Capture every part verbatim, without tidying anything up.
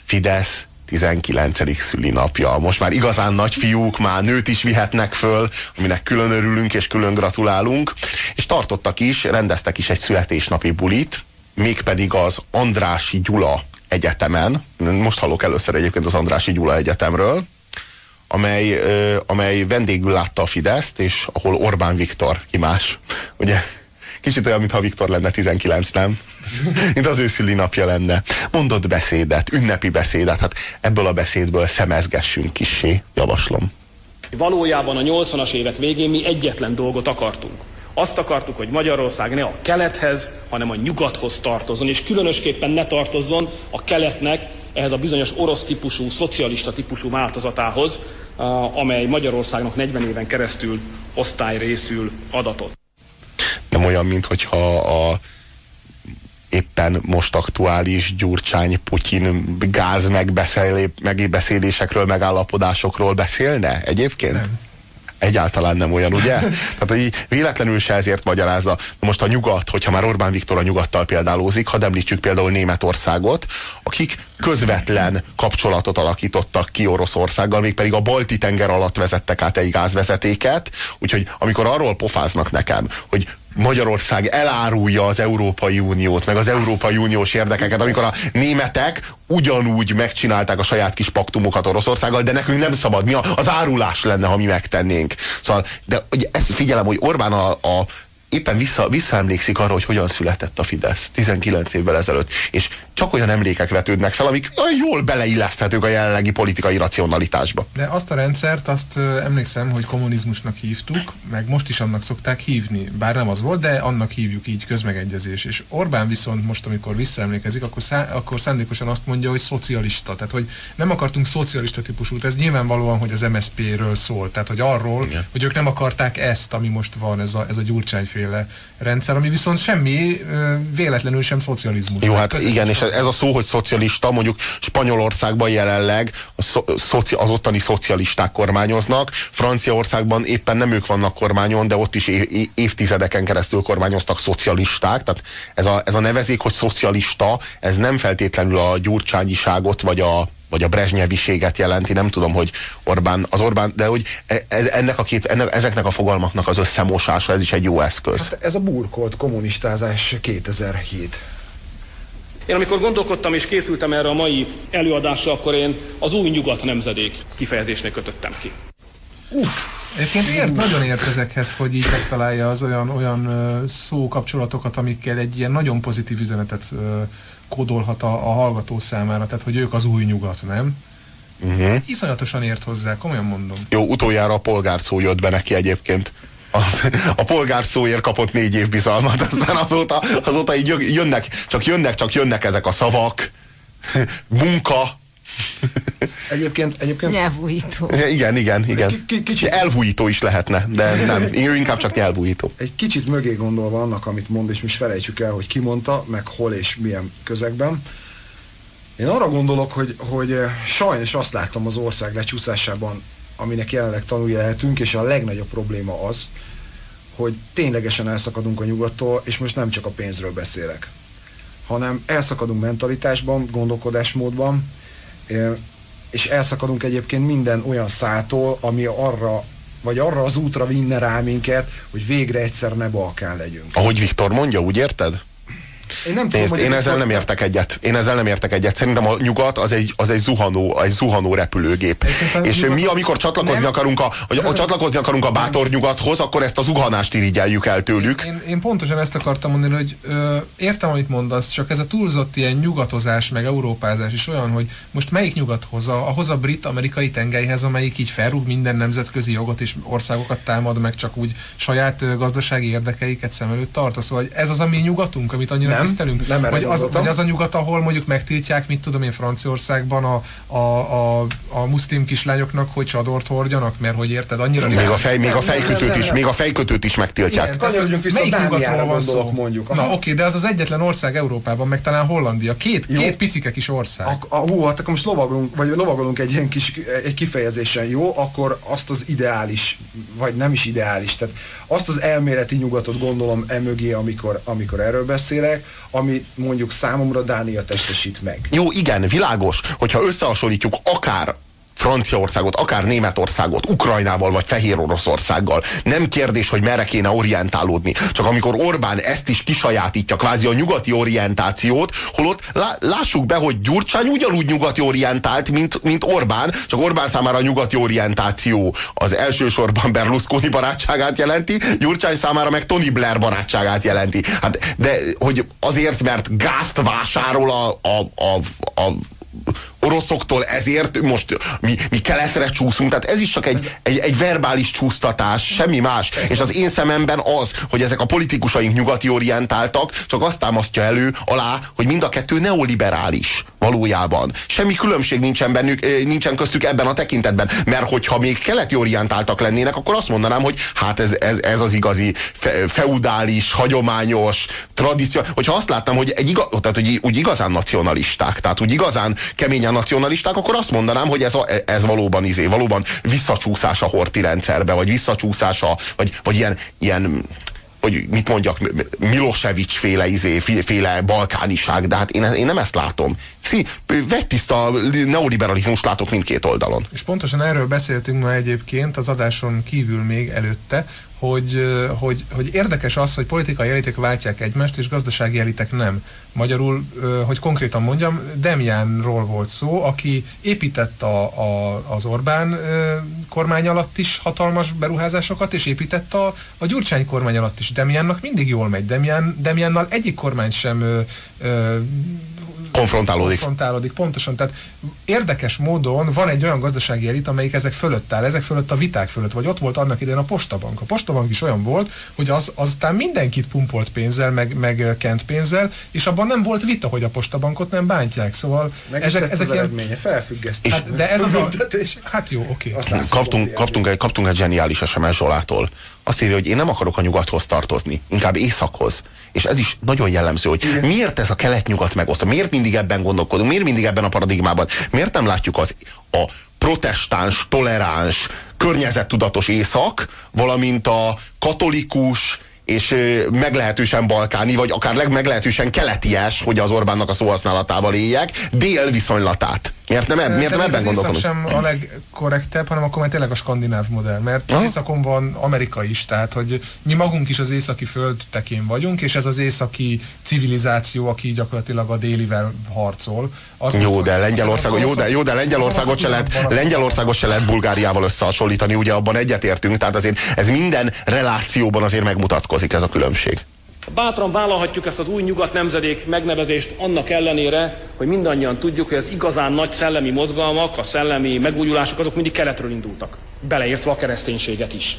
Fidesz tizenkilencedik szülinapja. Most már igazán nagy fiúk, már nőt is vihetnek föl, aminek külön örülünk és külön gratulálunk. És tartottak is, rendeztek is egy születésnapi bulit, mégpedig az Andrássy Gyula Egyetemen. Most hallok először egyébként az Andrássy Gyula Egyetemről, amely, ö, amely vendégül látta a Fideszt, és ahol Orbán Viktor, ki más. Ugye? Kicsit olyan, mintha Viktor lenne tizenkilenc, nem? Mint az ő szülinapja lenne. Mondott beszédet, ünnepi beszédet, hát ebből a beszédből szemezgessünk kissé, javaslom. Valójában a nyolcvanas évek végén mi egyetlen dolgot akartunk. Azt akartuk, hogy Magyarország ne a kelethez, hanem a nyugathoz tartozzon, és különösképpen ne tartozzon a keletnek ehhez a bizonyos orosz típusú, szocialista típusú változatához, amely Magyarországnak negyven éven keresztül osztályrészül adatot. Nem olyan, minthogyha a éppen most aktuális Gyurcsány-Putyin gáz megbeszélésekről, megállapodásokról beszélne egyébként? Nem. Egyáltalán nem olyan, ugye? Tehát, hogy véletlenül se ezért magyarázza. Most a nyugat, hogyha már Orbán Viktor a nyugattal példálózik, hadd említsük például Németországot, akik közvetlen kapcsolatot alakítottak ki Oroszországgal, mégpedig a Balti-tenger alatt vezettek át egy gázvezetéket, úgyhogy amikor arról pofáznak nekem, hogy Magyarország elárulja az Európai Uniót, meg az Európai Uniós érdekeket, amikor a németek ugyanúgy megcsinálták a saját kis paktumokat Oroszországgal, de nekünk nem szabad. Mi az árulás lenne, ha mi megtennénk. Szóval, de ugye ezt figyelem, hogy Orbán a, a éppen vissza, visszaemlékszik arra, hogy hogyan született a Fidesz tizenkilenc évvel ezelőtt, és csak olyan emlékek vetődnek fel, amik jól beleilleszthetők a jelenlegi politikai racionalitásba. De azt a rendszert, azt ö, emlékszem, hogy kommunizmusnak hívtuk, meg most is annak szokták hívni, bár nem az volt, de annak hívjuk így, közmegegyezés. És Orbán viszont most, amikor visszaemlékezik, akkor, szá, akkor szándékosan azt mondja, hogy szocialista. Tehát, hogy nem akartunk szocialista típusút, ez nyilvánvalóan, hogy az em es zé pé-ről szól. Tehát, hogy arról, igen, hogy ők nem akarták ezt, ami most van, ez a, ez a Gyurcsányféle rendszer, ami viszont semmi ö, véletlenül sem szocializmus. Jó, hát igen, és ez a szó, hogy szocialista, mondjuk Spanyolországban jelenleg az ottani szocialisták kormányoznak, Franciaországban éppen nem ők vannak kormányon, de ott is évtizedeken keresztül kormányoztak szocialisták, tehát ez a, ez a nevezék, hogy szocialista, ez nem feltétlenül a gyurcsányiságot, vagy a vagy a brezsnyeviséget jelenti, nem tudom, hogy Orbán, az Orbán, de hogy ennek a két, ennek, ezeknek a fogalmaknak az összemosása, ez is egy jó eszköz. Hát ez a burkolt kommunistázás kétezer-hét. Én amikor gondolkodtam és készültem erre a mai előadásra, akkor én az új nyugat nemzedék kifejezésnek kötöttem ki. Uff, egyébként ért, nagyon ért ezekhez, hogy így megtalálja az olyan, olyan uh, szókapcsolatokat, amikkel egy ilyen nagyon pozitív üzenetet uh, kódolhat a, a hallgató számára, tehát hogy ők az új nyugat, nem? Uh-huh. Iszonyatosan ért hozzá, komolyan mondom. Jó, utoljára a polgárszó jött be neki egyébként. A, a polgárszóért kapott négy év bizalmat, aztán azóta, azóta így jönnek, csak jönnek, csak jönnek ezek a szavak, munka. Egyébként, egyébként... Nyelvújító. Igen, igen, igen. K- kicsit... Elvújító is lehetne, de nem, ő inkább csak nyelvújító. Egy kicsit mögé gondolva annak, amit mond, és mi is felejtsük el, hogy ki mondta, meg hol és milyen közegben. Én arra gondolok, hogy, hogy sajnos azt láttam az ország lecsúszásában, aminek jelenleg tanulja lehetünk, és a legnagyobb probléma az, hogy ténylegesen elszakadunk a nyugattól, és most nem csak a pénzről beszélek, hanem elszakadunk mentalitásban, gondolkodásmódban, és elszakadunk egyébként minden olyan szától, ami arra, vagy arra az útra vinne rá minket, hogy végre egyszer ne Balkán legyünk. Ahogy Viktor mondja, úgy érted? Én, nem tudom, Nézd, én ezzel nem értek egyet. Én ezzel nem értek egyet. Szerintem a nyugat az egy, az egy zuhanó, egy zuhanó repülőgép. És nyugat... mi, amikor csatlakozni akarunk, a, a, csatlakozni akarunk a bátor nyugathoz, akkor ezt a zuhanást irigyeljük el tőlük. Én, én pontosan ezt akartam mondani, hogy ö, értem, amit mondasz, csak ez a túlzott ilyen nyugatozás, meg európázás is olyan, hogy most melyik nyugathoz? A, ahhoz a brit-amerikai tengelyhez, amelyik így felrúg minden nemzetközi jogot és országokat támad, meg csak úgy saját ö, gazdasági érdekeiket szem előtt tart. Szóval ez az a mi nyugatunk, amit annyira nem, tisztelünk? Nem, vagy, az, vagy az a nyugat, ahol mondjuk megtiltják, mit tudom én, Franciaországban a, a, a, a muszlim kislányoknak, hogy csadort hordjanak, mert hogy érted, annyira... Még a, fej, még a fejkötőt is, még a fejkötőt is megtiltják. Igen, kanyarodjunk vissza, melyik nyugatról van szó? Mondjuk. Na oké, okay, de az az egyetlen ország Európában, meg talán Hollandia. Két, két picike kis ország. A, a, hú, hát akkor most lovagolunk, vagy lovagolunk egy ilyen kis egy kifejezésen, jó? Akkor azt az ideális, vagy nem is ideális, tehát azt az elméleti nyugatot gondolom emögé, amikor, amikor erről beszélek, ami mondjuk számomra Dánia testesít meg. Jó, igen, világos, hogyha összehasonlítjuk akár Franciaországot, akár Németországot, Ukrajnával vagy Fehér Oroszországgal. Nem kérdés, hogy merre kéne orientálódni. Csak amikor Orbán ezt is kisajátítja, kvázi a nyugati orientációt, holott lá lássuk be, hogy Gyurcsány ugyanúgy nyugati orientált, mint, mint Orbán, csak Orbán számára a nyugati orientáció az elsősorban Berlusconi barátságát jelenti, Gyurcsány számára meg Tony Blair barátságát jelenti. Hát, de hogy azért, mert gázt vásárol a, a, a, a oroszoktól, ezért most mi, mi keletre csúszunk, tehát ez is csak egy, egy, egy verbális csúsztatás, semmi más. És az én szememben az, hogy ezek a politikusaink nyugati orientáltak, csak azt támasztja elő alá, hogy mind a kettő neoliberális valójában. Semmi különbség nincsen, bennük, nincsen köztük ebben a tekintetben, mert hogyha még keleti orientáltak lennének, akkor azt mondanám, hogy hát ez, ez, ez az igazi fe, feudális, hagyományos, tradíció. Hogyha azt látnám, hogy, egy iga, tehát, hogy úgy igazán nacionalisták, tehát úgy igazán keményen nacionalisták, akkor azt mondanám, hogy ez, a, ez valóban izé, valóban visszacsúszás a horthy rendszerbe, vagy visszacsúszás a, vagy, vagy ilyen, ilyen hogy mit mondjak, Milosevic féle, izé, féle balkániság, de hát én, én nem ezt látom. Szí, vegytiszta neoliberalizmus látok mindkét oldalon. És pontosan erről beszéltünk ma egyébként az adáson kívül még előtte, hogy, hogy, hogy érdekes az, hogy politikai elitek váltják egymást, és gazdasági elitek nem. Magyarul, hogy konkrétan mondjam, Demjánról volt szó, aki épített a, a, az Orbán kormány alatt is hatalmas beruházásokat, és épített a, a Gyurcsány kormány alatt is. Demjánnak mindig jól megy. Demján, Demjánnal egyik kormány sem ö, ö, konfrontálódik. konfrontálódik. Pontosan. Tehát érdekes módon van egy olyan gazdasági elit, amelyik ezek fölött áll, ezek fölött a viták fölött, vagy ott volt annak idején a Postabank. A Postabank is olyan volt, hogy az aztán mindenkit pumpolt pénzzel, meg, meg kent pénzzel, és abban nem volt vita, hogy a Postabankot nem bántják. Szóval meg ezek, ezek az ilyen... eredménye, felfüggesztés. Hát, de ez az a... Hát jó, oké. Okay. Kaptunk, kaptunk, egy, kaptunk egy zseniális es em es Zsolától. Azt írja, hogy én nem akarok a nyugathoz tartozni, inkább északhoz. És ez is nagyon jellemző, hogy igen. Miért ez a kelet-nyugat megosztva? Miért mindig ebben gondolkodunk? Miért mindig ebben a paradigmában? Miért nem látjuk az a protestáns, toleráns, környezettudatos észak, valamint a katolikus és meglehetősen balkáni, vagy akár legmeglehetősen keleties, hogy az Orbánnak a szóhasználatával éljek, dél viszonylatát. Miért nem, eb, miért nem ebben gondolkodunk? Az észak sem a legkorrektebb, hanem akkor már tényleg a skandináv modell, mert az északon van Amerika is, tehát hogy mi magunk is az északi földtekén vagyunk, és ez az északi civilizáció, aki gyakorlatilag a délivel harcol. Az jó, most, de Lengyelországot, jó, de, jó, de Lengyelországot se lehet, Lengyelországot se lehet Bulgáriával összehasonlítani, ugye abban egyetértünk, tehát azért ez minden relációban azért megmutatkozik ez a különbség. Bátran vállalhatjuk ezt az új nyugat nemzedék megnevezést annak ellenére, hogy mindannyian tudjuk, hogy az igazán nagy szellemi mozgalmak, a szellemi megújulások azok mindig keletről indultak. Beleértve a kereszténységet is.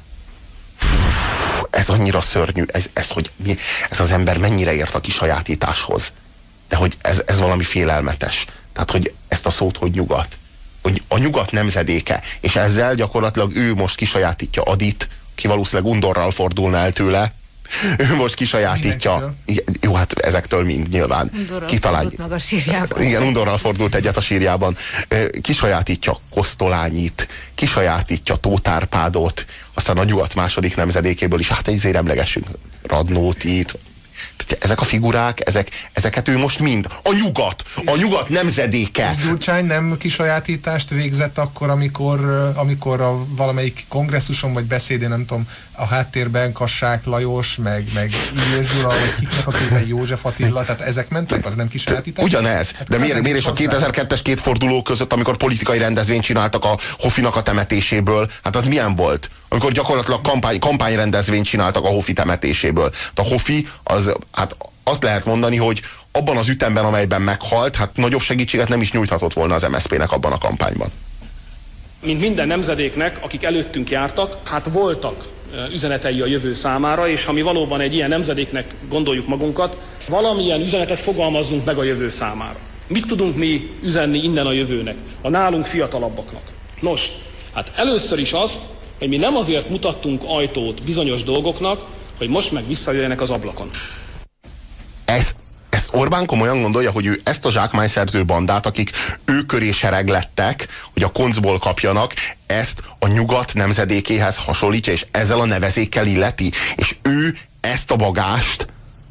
Ez annyira szörnyű, ez, ez, hogy mi, ez az ember mennyire ért a kisajátításhoz. De hogy ez, ez valami félelmetes. Tehát, hogy ezt a szót, hogy nyugat. Hogy a nyugat nemzedéke. És ezzel gyakorlatilag ő most kisajátítja Adit, ki valószínűleg undorral fordulna el tőle. Ő most kisajátítja. Igen, jó, hát ezektől mind nyilván. Undorral fordult meg a sírjában. Igen, undorral fordult egyet a sírjában. Kisajátítja Kosztolányit, kisajátítja Tóth Árpádot, aztán a nyugat második nemzedékéből is, hát ezért emlegessünk Radnótit. Ezek a figurák, ezek, ezeket ő most mind. A nyugat, a nyugat nemzedéke. És Gyurcsány nem kisajátítást végzett akkor, amikor, amikor a valamelyik kongresszuson vagy beszédén, nem tudom, a háttérben Kassák Lajos, meg, meg Illyés Gyula, vagy kiknek a képei József Attila, tehát ezek mentek, az nem kisajátítás? Ugyanez, hát de miért, miért is a kétezer-kettes két forduló között, amikor politikai rendezvényt csináltak a Hoffinak a temetéséből, hát az milyen volt? Amikor gyakorlatilag kampány, kampányrendezvényt csináltak a Hoffi temetéséből. A Hoffi, az, hát azt lehet mondani, hogy abban az ütemben, amelyben meghalt, hát nagyobb segítséget nem is nyújthatott volna az em es zé pének abban a kampányban. Mint minden nemzedéknek, akik előttünk jártak, hát voltak üzenetei a jövő számára, és ha mi valóban egy ilyen nemzedéknek gondoljuk magunkat, valamilyen üzenetet fogalmazzunk meg a jövő számára. Mit tudunk mi üzenni innen a jövőnek, a nálunk fiatalabbaknak? Nos, hát először is azt, hogy mi nem azért mutattunk ajtót bizonyos dolgoknak, hogy most meg visszajöjjenek az ablakon. Ez, ezt Orbán komolyan gondolja, hogy ő ezt a zsákmányszerző bandát, akik ő köré sereglettek, hogy a koncból kapjanak, ezt a nyugat nemzedékéhez hasonlítja, és ezzel a nevezékkel illeti, és ő ezt a bagást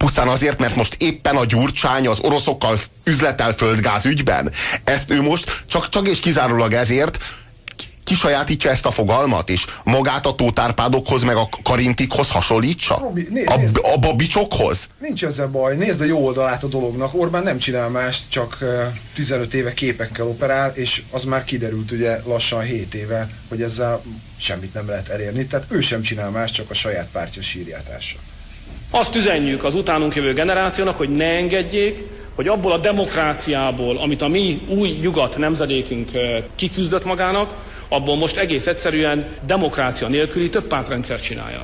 Pusztán azért, mert most éppen a Gyurcsány az oroszokkal üzletel földgáz ügyben. Ezt ő most csak, csak és kizárólag ezért kisajátítja ezt a fogalmat, és magát a Tóth Árpádokhoz, meg a Karintikhoz hasonlítsa? Robi, né, a, nézd, a babicsokhoz? Nincs ezzel baj. Nézd a jó oldalát a dolognak. Orbán nem csinál mást, csak tizenöt éve képekkel operál, és az már kiderült ugye lassan hét éve, hogy ezzel semmit nem lehet elérni. Tehát ő sem csinál más, csak a saját pártja sírjátása. Azt üzenjük az utánunk jövő generációnak, hogy ne engedjék, hogy abból a demokráciából, amit a mi új nyugat nemzedékünk kiküzdött magának, abból most egész egyszerűen demokrácia nélküli többpártrendszert csinálják.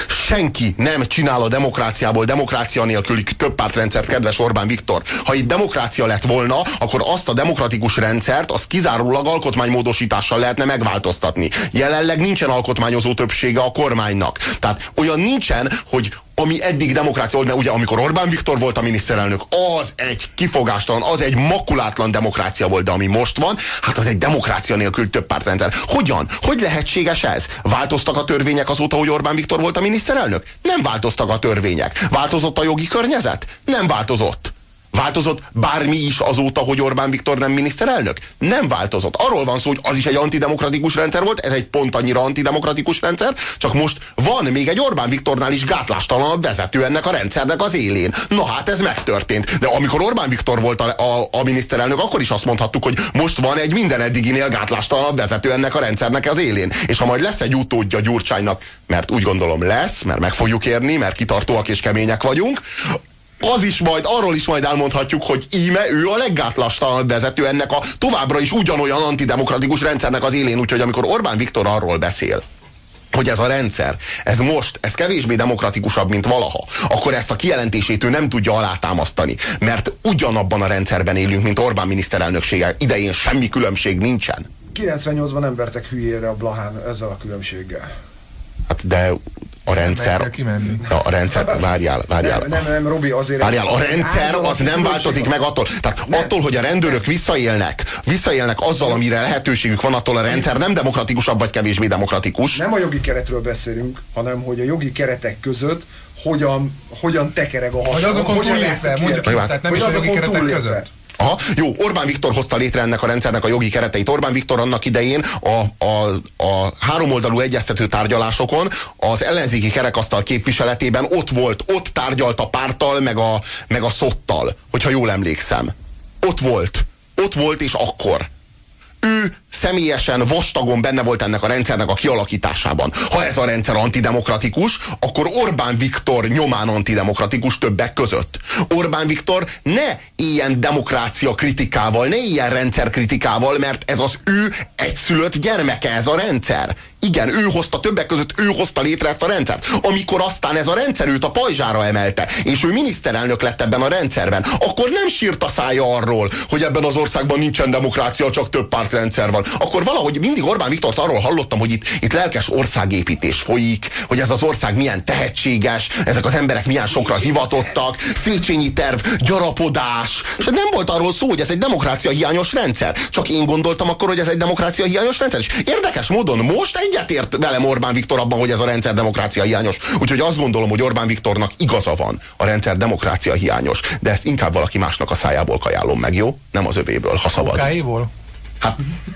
Senki nem csinál a demokráciából demokrácia nélküli többpártrendszert, kedves Orbán Viktor. Ha itt demokrácia lett volna, akkor azt a demokratikus rendszert, azt kizárólag alkotmánymódosítással lehetne megváltoztatni. Jelenleg nincsen alkotmányozó többsége a kormánynak. Tehát olyan nincsen, hogy ami eddig demokrácia volt, mert ugye amikor Orbán Viktor volt a miniszterelnök, az egy kifogástalan, az egy makulátlan demokrácia volt, de ami most van, hát az egy demokrácia nélkül többpártrendszer. Hogyan? Hogy lehetséges ez? Változtak a törvények azóta, hogy Orbán Viktor volt a miniszterelnök? Nem változtak a törvények. Változott a jogi környezet? Nem változott. Változott bármi is azóta, hogy Orbán Viktor nem miniszterelnök? Nem változott. Arról van szó, hogy az is egy antidemokratikus rendszer volt, ez egy pont annyira antidemokratikus rendszer, csak most van még egy Orbán Viktornál is gátlástalanabb vezető ennek a rendszernek az élén. Na hát ez megtörtént. De amikor Orbán Viktor volt a, a, a miniszterelnök, akkor is azt mondhattuk, hogy most van egy minden eddiginél gátlástalanabb vezető ennek a rendszernek az élén. És ha majd lesz egy utódja Gyurcsánynak, mert úgy gondolom lesz, mert meg fogjuk érni, mert kitartóak és kemények vagyunk, az is majd, arról is majd elmondhatjuk, hogy íme ő a leggátlástalanabb vezető ennek a továbbra is ugyanolyan antidemokratikus rendszernek az élén, úgyhogy amikor Orbán Viktor arról beszél, hogy ez a rendszer, ez most, ez kevésbé demokratikusabb, mint valaha, akkor ezt a kijelentését ő nem tudja alátámasztani, mert ugyanabban a rendszerben élünk, mint Orbán miniszterelnöksége idején, semmi különbség nincsen. kilencvennyolcban nem vertek hülyére a Blahán ezzel a különbséggel. Hát de a rendszer, a rendszer, várjál, várjál. Nem, nem, nem, Robi, azért... Várjál, a rendszer az nem változik meg attól. Tehát nem. Attól, hogy a rendőrök visszaélnek, visszaélnek azzal, amire lehetőségük van, attól a rendszer nem demokratikusabb, vagy kevésbé demokratikus. Nem a jogi keretről beszélünk, hanem hogy a jogi keretek között hogyan, hogyan tekereg a hatalom. Hogy azokon túllépve, mondjuk, tehát nem is a jogi keretek között. Aha, jó, Orbán Viktor hozta létre ennek a rendszernek a jogi kereteit. Orbán Viktor annak idején a, a, a háromoldalú egyeztető tárgyalásokon az ellenzéki kerekasztal képviseletében ott volt, ott tárgyalt a párttal, meg a, meg a szottal, hogyha jól emlékszem. Ott volt. Ott volt, és akkor. Ő személyesen vastagon benne volt ennek a rendszernek a kialakításában. Ha ez a rendszer antidemokratikus, akkor Orbán Viktor nyomán antidemokratikus többek között. Orbán Viktor ne ilyen demokrácia kritikával, ne ilyen rendszer kritikával, mert ez az ő egyszülött gyermeke, ez a rendszer. Igen, ő hozta többek között, ő hozta létre ezt a rendszert. Amikor aztán ez a rendszer őt a pajzsára emelte, és ő miniszterelnök lett ebben a rendszerben, akkor nem sírt a szája arról, hogy ebben az országban nincsen demokrácia, csak több pártrendszer van. Akkor valahogy mindig Orbán Viktort arról hallottam, hogy itt, itt lelkes országépítés folyik, hogy ez az ország milyen tehetséges, ezek az emberek milyen sokra hivatottak, Széchenyi terv, gyarapodás. És nem volt arról szó, hogy ez egy demokrácia hiányos rendszer. Csak én gondoltam akkor, hogy ez egy demokrácia hiányos rendszer. És érdekes módon most egyetért velem Orbán Viktor abban, hogy ez a rendszer demokrácia hiányos. Úgyhogy azt gondolom, hogy Orbán Viktornak igaza van, a rendszer demokrácia hiányos. De ezt inkább valaki másnak a szájából kajálom meg, jó? Nem az övéből, ha szabad. Okáiból? Hát,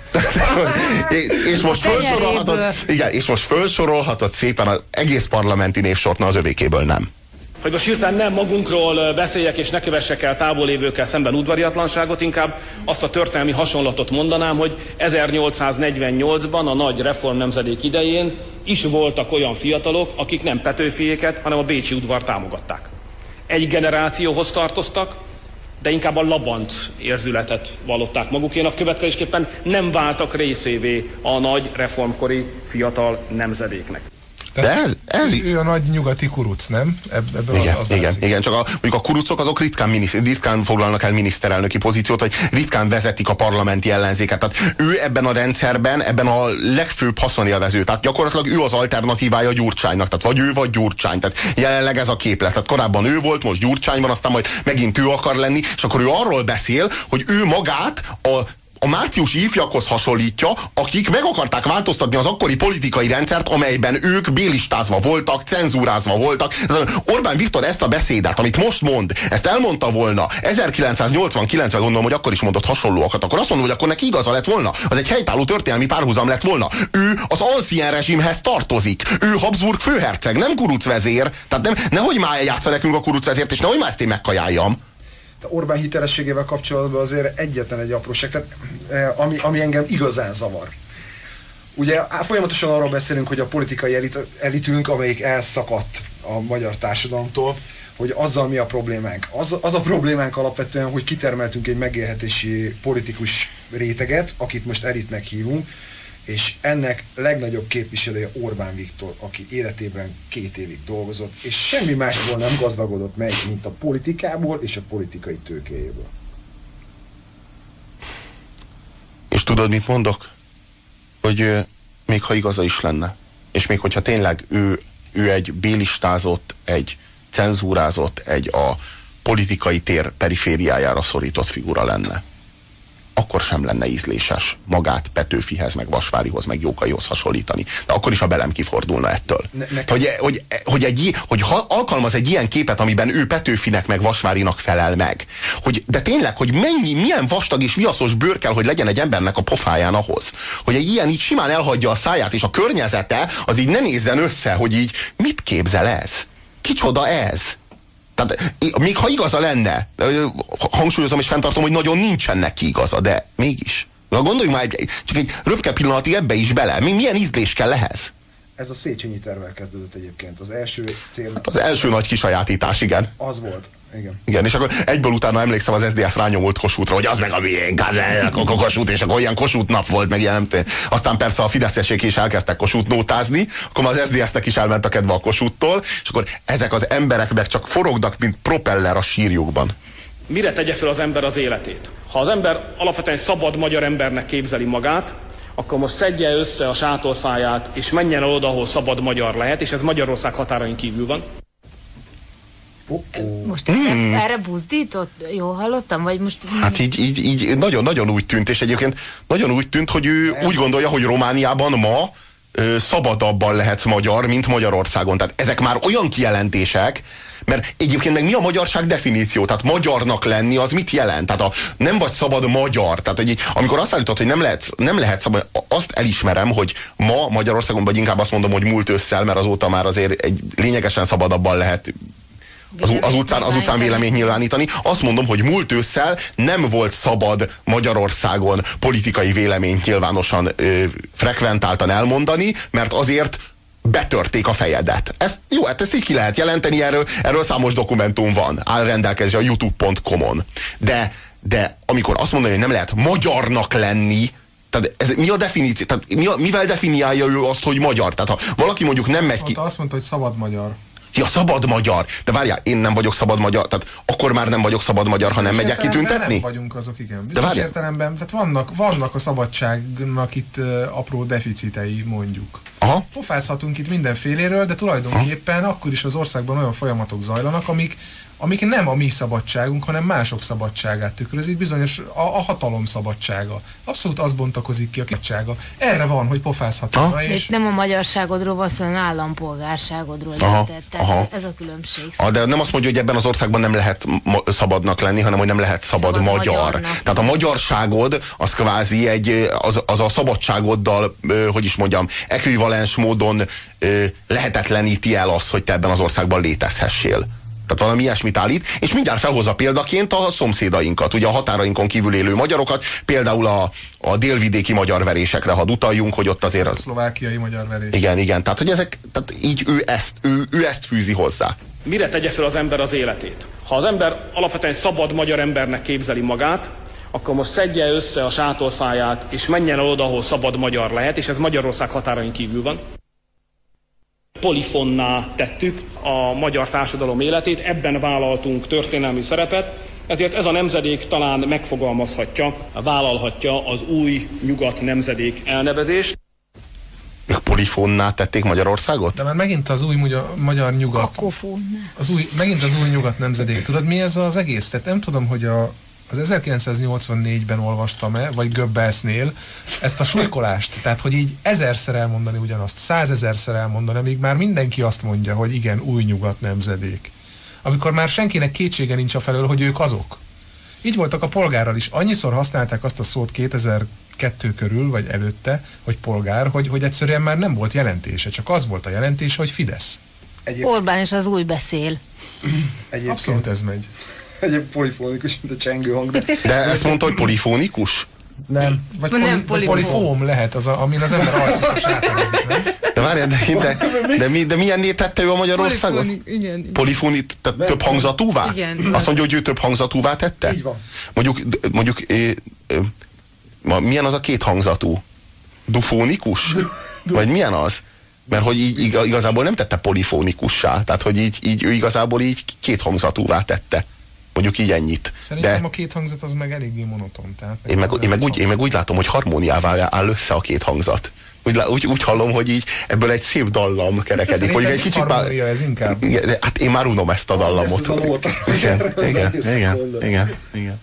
és most felsorolhatod, igen, és most felsorolhatod szépen az egész parlamenti névsort, na az övékéből nem. Hogy most hirtelen nem magunkról beszéljek, és ne kövessek el távolévőkkel szemben udvariatlanságot, inkább azt a történelmi hasonlatot mondanám, hogy ezernyolcszáznegyvennyolcban a nagy reformnemzedék idején is voltak olyan fiatalok, akik nem Petőfiéket, hanem a bécsi udvar támogatták. Egy generációhoz tartoztak, de inkább a labanc érzületet vallották magukénak, következésképpen nem váltak részévé a nagy reformkori fiatal nemzedéknek. De ez, ez ő a nagy nyugati kuruc, nem? Ebből igen, az, az igen, igen, csak a, mondjuk a kurucok azok ritkán, minisz, ritkán foglalnak el miniszterelnöki pozíciót, vagy ritkán vezetik a parlamenti ellenzéket. Tehát ő ebben a rendszerben, ebben a legfőbb haszonélvező. Tehát gyakorlatilag ő az alternatívája Gyurcsánynak. Tehát vagy ő, vagy Gyurcsány. Tehát jelenleg ez a képlet. Tehát korábban ő volt, most Gyurcsány van, aztán majd megint ő akar lenni, és akkor ő arról beszél, hogy ő magát a a márciusi ifjakhoz hasonlítja, akik meg akarták változtatni az akkori politikai rendszert, amelyben ők bélistázva voltak, cenzúrázva voltak. Orbán Viktor ezt a beszédet, amit most mond, ezt elmondta volna ezerkilencszáznyolcvankilencben, gondolom, hogy akkor is mondott hasonlóakat, akkor azt mondom, hogy akkor neki igaza lett volna. Az egy helytálló történelmi párhuzam lett volna. Ő az ancien rezsimhez tartozik. Ő Habsburg főherceg, nem kurucvezér. Tehát nem, nehogy már játsza nekünk a kurucvezért, és nehogy már ezt én megkajáljam. Orbán hitelességével kapcsolatban azért egyetlen egy apróság, tehát, ami, ami engem igazán zavar. Ugye folyamatosan arról beszélünk, hogy a politikai elit, elitünk, amelyik elszakadt a magyar társadalomtól, hogy azzal mi a problémánk. Az, az a problémánk alapvetően, hogy kitermeltünk egy megélhetési politikus réteget, akit most elitnek hívunk, és ennek legnagyobb képviselője Orbán Viktor, aki életében két évig dolgozott, és semmi másból nem gazdagodott meg, mint a politikából és a politikai tőkéjéből. És tudod, mit mondok? Hogy euh, még ha igaza is lenne, és még hogyha tényleg ő, ő egy bélistázott, egy cenzúrázott, egy a politikai tér perifériájára szorított figura lenne, akkor sem lenne ízléses magát Petőfihez, meg Vasvárihoz, meg Jókaihoz hasonlítani. De akkor is a belem kifordulna ettől. Ne, hogy, hogy, hogy, egy, hogy ha alkalmaz egy ilyen képet, amiben ő Petőfinek, meg Vasvárinak felel meg. Hogy, de tényleg, hogy mennyi, milyen vastag és viaszos bőr kell, hogy legyen egy embernek a pofáján ahhoz, hogy egy ilyen így simán elhagyja a száját, és a környezete az így ne nézzen össze, hogy így mit képzel ez? Kicsoda ez? Tehát még ha igaza lenne, hangsúlyozom és fenntartom, hogy nagyon nincsen neki igaza, de mégis. Gondoljunk már egy, csak egy röpke pillanatig ebbe is bele. Milyen ízlés kell ehhez? Ez a Széchenyi tervvel kezdődött egyébként. Az első cél... Hát az első nagy kisajátítás, igen. Az volt. Igen. Igen, és akkor egyből utána emlékszem az es zé dé es rányomult Kossuthra, hogy az meg a miénk, a Kossuth, és akkor olyan Kossuth nap volt, meg ilyen. Aztán persze a fideszesek is elkezdtek Kossuth nótázni, akkor az es zé dé es-nek is elment a kedve a Kossuth-tól, és akkor ezek az emberek meg csak forognak, mint propeller a sírjukban. Mire tegye fel az ember az életét? Ha az ember alapvetően szabad magyar embernek képzeli magát, akkor most szedje össze a sátorfáját, és menjen el oda, ahol szabad magyar lehet, és ez Magyarország határain kívül van. Oh, oh. Most hmm. erre, erre buzdított? Jól hallottam? Vagy most... Hát így, így, így nagyon, nagyon úgy tűnt, és egyébként nagyon úgy tűnt, hogy ő Nem. úgy gondolja, hogy Romániában ma ö, szabadabban lehetsz magyar, mint Magyarországon. Tehát ezek már olyan kijelentések, mert egyébként meg mi a magyarság definíció? Tehát magyarnak lenni az mit jelent? Tehát a, nem vagy szabad magyar. Tehát hogy amikor azt állítod, hogy nem lehet, nem lehet szabad, azt elismerem, hogy ma Magyarországon, vagy inkább azt mondom, hogy múlt ősszel, mert azóta már azért egy lényegesen szabadabban lehet Az, az, utcán, az utcán véleményt nyilvánítani. Azt mondom, hogy múlt ősszel nem volt szabad Magyarországon politikai véleményt nyilvánosan ö, frekventáltan elmondani, mert azért betörték a fejedet. Ezt, jó, hát ezt így ki lehet jelenteni, erről, erről számos dokumentum van, áll rendelkezésre a youtube pont com-on. De, de amikor azt mondani, hogy nem lehet magyarnak lenni, tehát ez, mi a definíció? Tehát mi a, mivel definiálja ő azt, hogy magyar? Tehát ha valaki mondjuk nem megy ki... Azt mondta, hogy szabad magyar. Ja, szabad magyar. De várjál, én nem vagyok szabad magyar, tehát akkor már nem vagyok szabad magyar, ha nem megyek kitüntetni? Nem vagyunk azok, igen. Biztos értelemben, tehát vannak, vannak a szabadságnak itt uh, apró deficitei, mondjuk. Aha. Pofázhatunk itt mindenféléről, de tulajdonképpen Aha. akkor is az országban olyan folyamatok zajlanak, amik, amik nem a mi szabadságunk, hanem mások szabadságát tükrözik, bizonyos a, a hatalom szabadsága. Abszolút az bontakozik ki a szabadsága. Erre van, hogy pofázhatunk. De és... itt nem a magyarságodról van szó, hanem állampolgárságodról. Aha. Tehát ez a különbség. Ah, de nem azt mondja, hogy ebben az országban nem lehet szabadnak lenni, hanem hogy nem lehet szabad, szabad magyar. Magyarnak. Tehát a magyarságod az kvázi egy, az, az a szabadságoddal, hogy is mondjam, ekvivalens módon lehetetleníti el azt, hogy te ebben az országban létezhessél. Tehát valami ilyesmit állít, és mindjárt felhozza példaként a szomszédainkat, ugye a határainkon kívül élő magyarokat, például a, a délvidéki magyarverésekre, hadd utaljunk, hogy ott azért... A szlovákiai magyarverés. Igen, igen, tehát hogy ezek, tehát így ő ezt, ő, ő ezt fűzi hozzá. Mire tegye fel az ember az életét? Ha az ember alapvetően szabad magyar embernek képzeli magát, akkor most szedje össze a sátorfáját, és menjen el oda, ahol szabad magyar lehet, és ez Magyarország határain kívül van. Polifonná tettük a magyar társadalom életét, ebben vállaltunk történelmi szerepet, ezért ez a nemzedék talán megfogalmazhatja, vállalhatja az új nyugat nemzedék elnevezést. Ők polifonná tették Magyarországot? De már megint az új magyar, magyar nyugat. Kakofónná. Az új, megint az új nyugat nemzedék. Tudod, mi ez az egész? Tehát nem tudom, hogy a az ezerkilencszáznyolcvannégyben olvastam-e, vagy Goebbelsnél ezt a súlykolást, tehát hogy így ezerszer elmondani ugyanazt, százezerszer elmondani, amíg már mindenki azt mondja, hogy igen, új nyugat nemzedék. Amikor már senkinek kétsége nincs a felől, hogy ők azok. Így voltak a polgárral is. Annyiszor használták azt a szót kétezer-kettő körül, vagy előtte, hogy polgár, hogy, hogy egyszerűen már nem volt jelentése, csak az volt a jelentése, hogy Fidesz. Egyéb... Orbán is az új beszél. Abszolút ez megy. Egyéb polifónikus, mint a csengő hang, de... De ezt mondta, hogy polifónikus? Nem. Vagy poli, nem polifóm. polifóm lehet, az a, amin az ember alszik és áterezik, nem? De várjál, de, de, de, mi, de milyenné tette ő a Magyarországot? Polifóni, igen. Polifóni, tehát több hangzatúvá? Igen. Azt mondja, hogy ő több hangzatúvá tette? Így van. Mondjuk, mondjuk é, é, milyen az a két hangzatú? Dufónikus? Vagy milyen az? Mert hogy így igazából nem tette polifónikussá, tehát hogy így, így ő igazából így két hangzatúvá tette. Mondjuk így ennyit. Szerintem de a két hangzat az meg eléggé monoton. Tehát én, meg, én, meg úgy, én meg úgy látom, hogy harmóniává áll össze a két hangzat. Úgy, úgy, úgy hallom, hogy így ebből egy szép dallam kerekedik. Szerintem egy kicsit harmónia ez inkább. Igen, hát én már unom ezt a dallamot. Ez a nóta. Igen, igen, igen, igen, igen.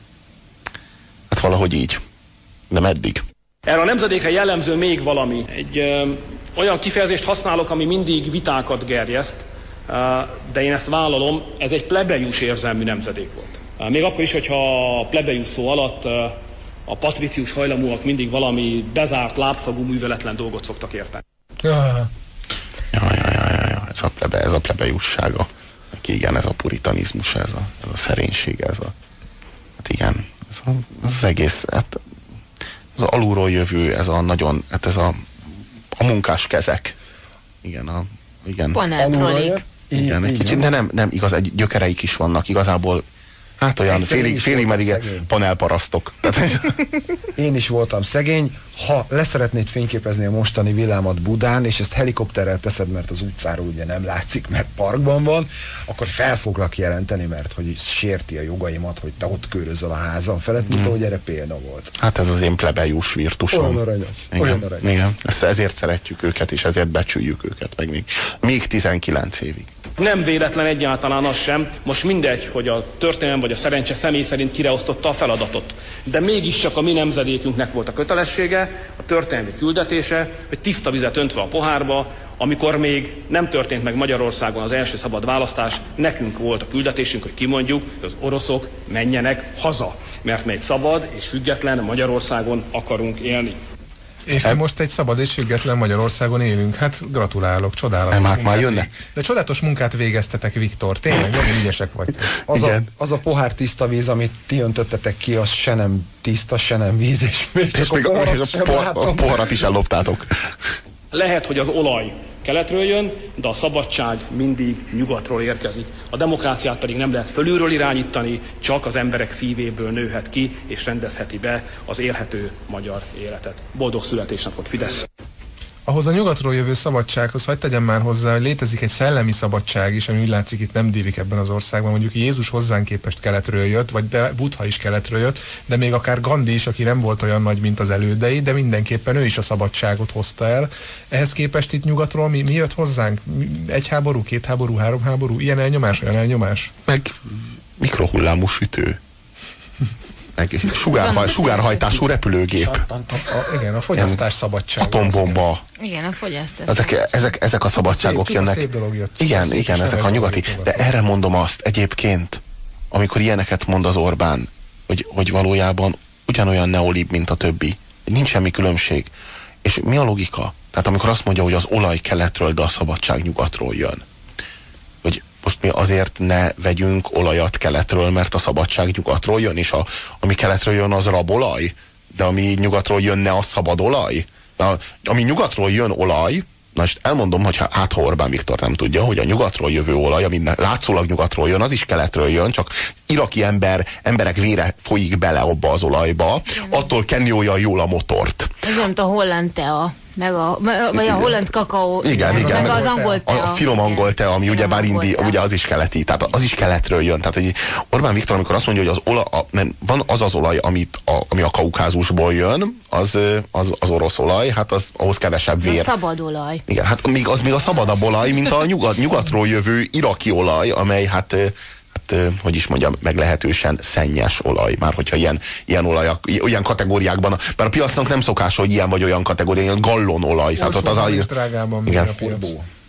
Hát valahogy így. De meddig? Erre a nemzedékre jellemző még valami. Egy ö, olyan kifejezést használok, ami mindig vitákat gerjeszt, ö, de én ezt vállalom, ez egy plebejus érzelmű nemzedék volt. Ö, még akkor is, hogyha a plebejus szó alatt ö, a patricius hajlamúak mindig valami bezárt, lábszagú, műveletlen dolgot szoktak érteni. Ja. Ja, ja, ja, ja, ja. Ez a plebe, ez a plebejussága. Igen, ez a puritanizmus, ez a, ez a szerénység, ez a... Hát igen, ez, a, ez az egész... Hát, az alulról jövő, ez a nagyon, hát ez a, a munkás kezek. Igen, a, igen. Panelprolik. Igen, egy kicsit, de nem, nem igaz, egy gyökereik is vannak, igazából, hát olyan félig, félig meddig panelparasztok. Én is voltam szegény, ha leszeretnéd fényképezni a mostani villámat Budán, és ezt helikopterrel teszed, mert az utcáról ugye nem látszik, mert parkban van, akkor fel foglak jelenteni, mert hogy sérti a jogaimat, hogy te ott körözöl a házam felett, mint ahogy erre példa volt. Hát ez az én plebejus virtusom. Olyan aranyos. Igen, olyan aranyos. Igen. Ezt ezért szeretjük őket, és ezért becsüljük őket meg még, még tizenkilenc évig. Nem véletlen egyáltalán az sem, most mindegy, hogy a történelem vagy a szerencse személy szerint kireosztotta a feladatot. De mégiscsak a mi nemzedékünknek volt a kötelessége, a történelmi küldetése, hogy tiszta vizet öntve a pohárba, amikor még nem történt meg Magyarországon az első szabad választás, nekünk volt a küldetésünk, hogy kimondjuk, hogy az oroszok menjenek haza, mert mi egy szabad és független Magyarországon akarunk élni. És mi most egy szabad és független Magyarországon élünk. Hát gratulálok, csodálatos nem, hát munkát. Már jönne. De csodálatos munkát végeztetek, Viktor. Tényleg, nagyon ügyesek vagytok. Az a, az a pohár tiszta víz, amit ti öntöttetek ki, az se nem tiszta, se nem víz, és még és csak még a poharat a, sem a, látom. a poharat is elloptátok. Lehet, hogy az olaj keletről jön, de a szabadság mindig nyugatról érkezik. A demokráciát pedig nem lehet fölülről irányítani, csak az emberek szívéből nőhet ki, és rendezheti be az élhető magyar életet. Boldog születésnapot, Fidesz! Ahhoz a nyugatról jövő szabadsághoz hagyd tegyem már hozzá, hogy létezik egy szellemi szabadság is, ami úgy látszik itt nem délik ebben az országban. Mondjuk Jézus hozzánk képest keletről jött, vagy de Buddha is keletről jött, de még akár Gandhi is, aki nem volt olyan nagy, mint az elődei, de mindenképpen ő is a szabadságot hozta el. Ehhez képest itt nyugatról mi, mi jött hozzánk? Egy háború, két háború, három háború? Ilyen elnyomás, olyan elnyomás? Meg mikrohullámú sütő. Meg sugárhaj, sugárhajtású repülőgép. A, igen, a fogyasztás szabadság. Atombomba. Igen, a fogyasztás. Ezek, ezek, ezek a szabadságok szép, jönnek. Szép dolog jött. Igen, szép igen, ezek a nyugati. De erre mondom azt egyébként, amikor ilyeneket mond az Orbán, hogy, hogy valójában ugyanolyan neolib, mint a többi. Nincs semmi különbség. És mi a logika? Tehát amikor azt mondja, hogy az olaj keletről, de a szabadság nyugatról jön. Hogy most mi azért ne vegyünk olajat keletről, mert a szabadság nyugatról jön, és a, ami keletről jön, az rabolaj, de ami nyugatról jönne, az szabad olaj. De ami nyugatról jön olaj, na most elmondom, hogy hát ha Orbán Viktor nem tudja, hogy a nyugatról jövő olaj, ami látszólag nyugatról jön, az is keletről jön, csak iraki ember, emberek vére folyik bele abba az olajba, igen, attól kenni olyan jól a motort. Ez nem a holland tea, meg a, vagy a holland kakaó, igen, igen, meg meg az angol tea. A finom angol tea, ami ugye bár indi, ugye az is keleti, tehát az is keletről jön. Tehát hogy Orbán Viktor, amikor azt mondja, hogy az olaj, a, nem, van az az olaj, amit a, ami a Kaukázusból jön, az, az, az orosz olaj, hát az ahhoz kevesebb vér. A szabad olaj. Igen, hát még, az még a szabadabb olaj, mint a nyugat, nyugatról jövő iraki olaj, amely hát hát, hogy is mondjam, meglehetősen szennyes olaj, már hogyha ilyen, ilyen olajak, olyan kategóriákban, mert a piacnak nem szokás, hogy ilyen vagy olyan kategória, ilyen gallonolaj. Tehát ott az a... és drágában igen. a piac.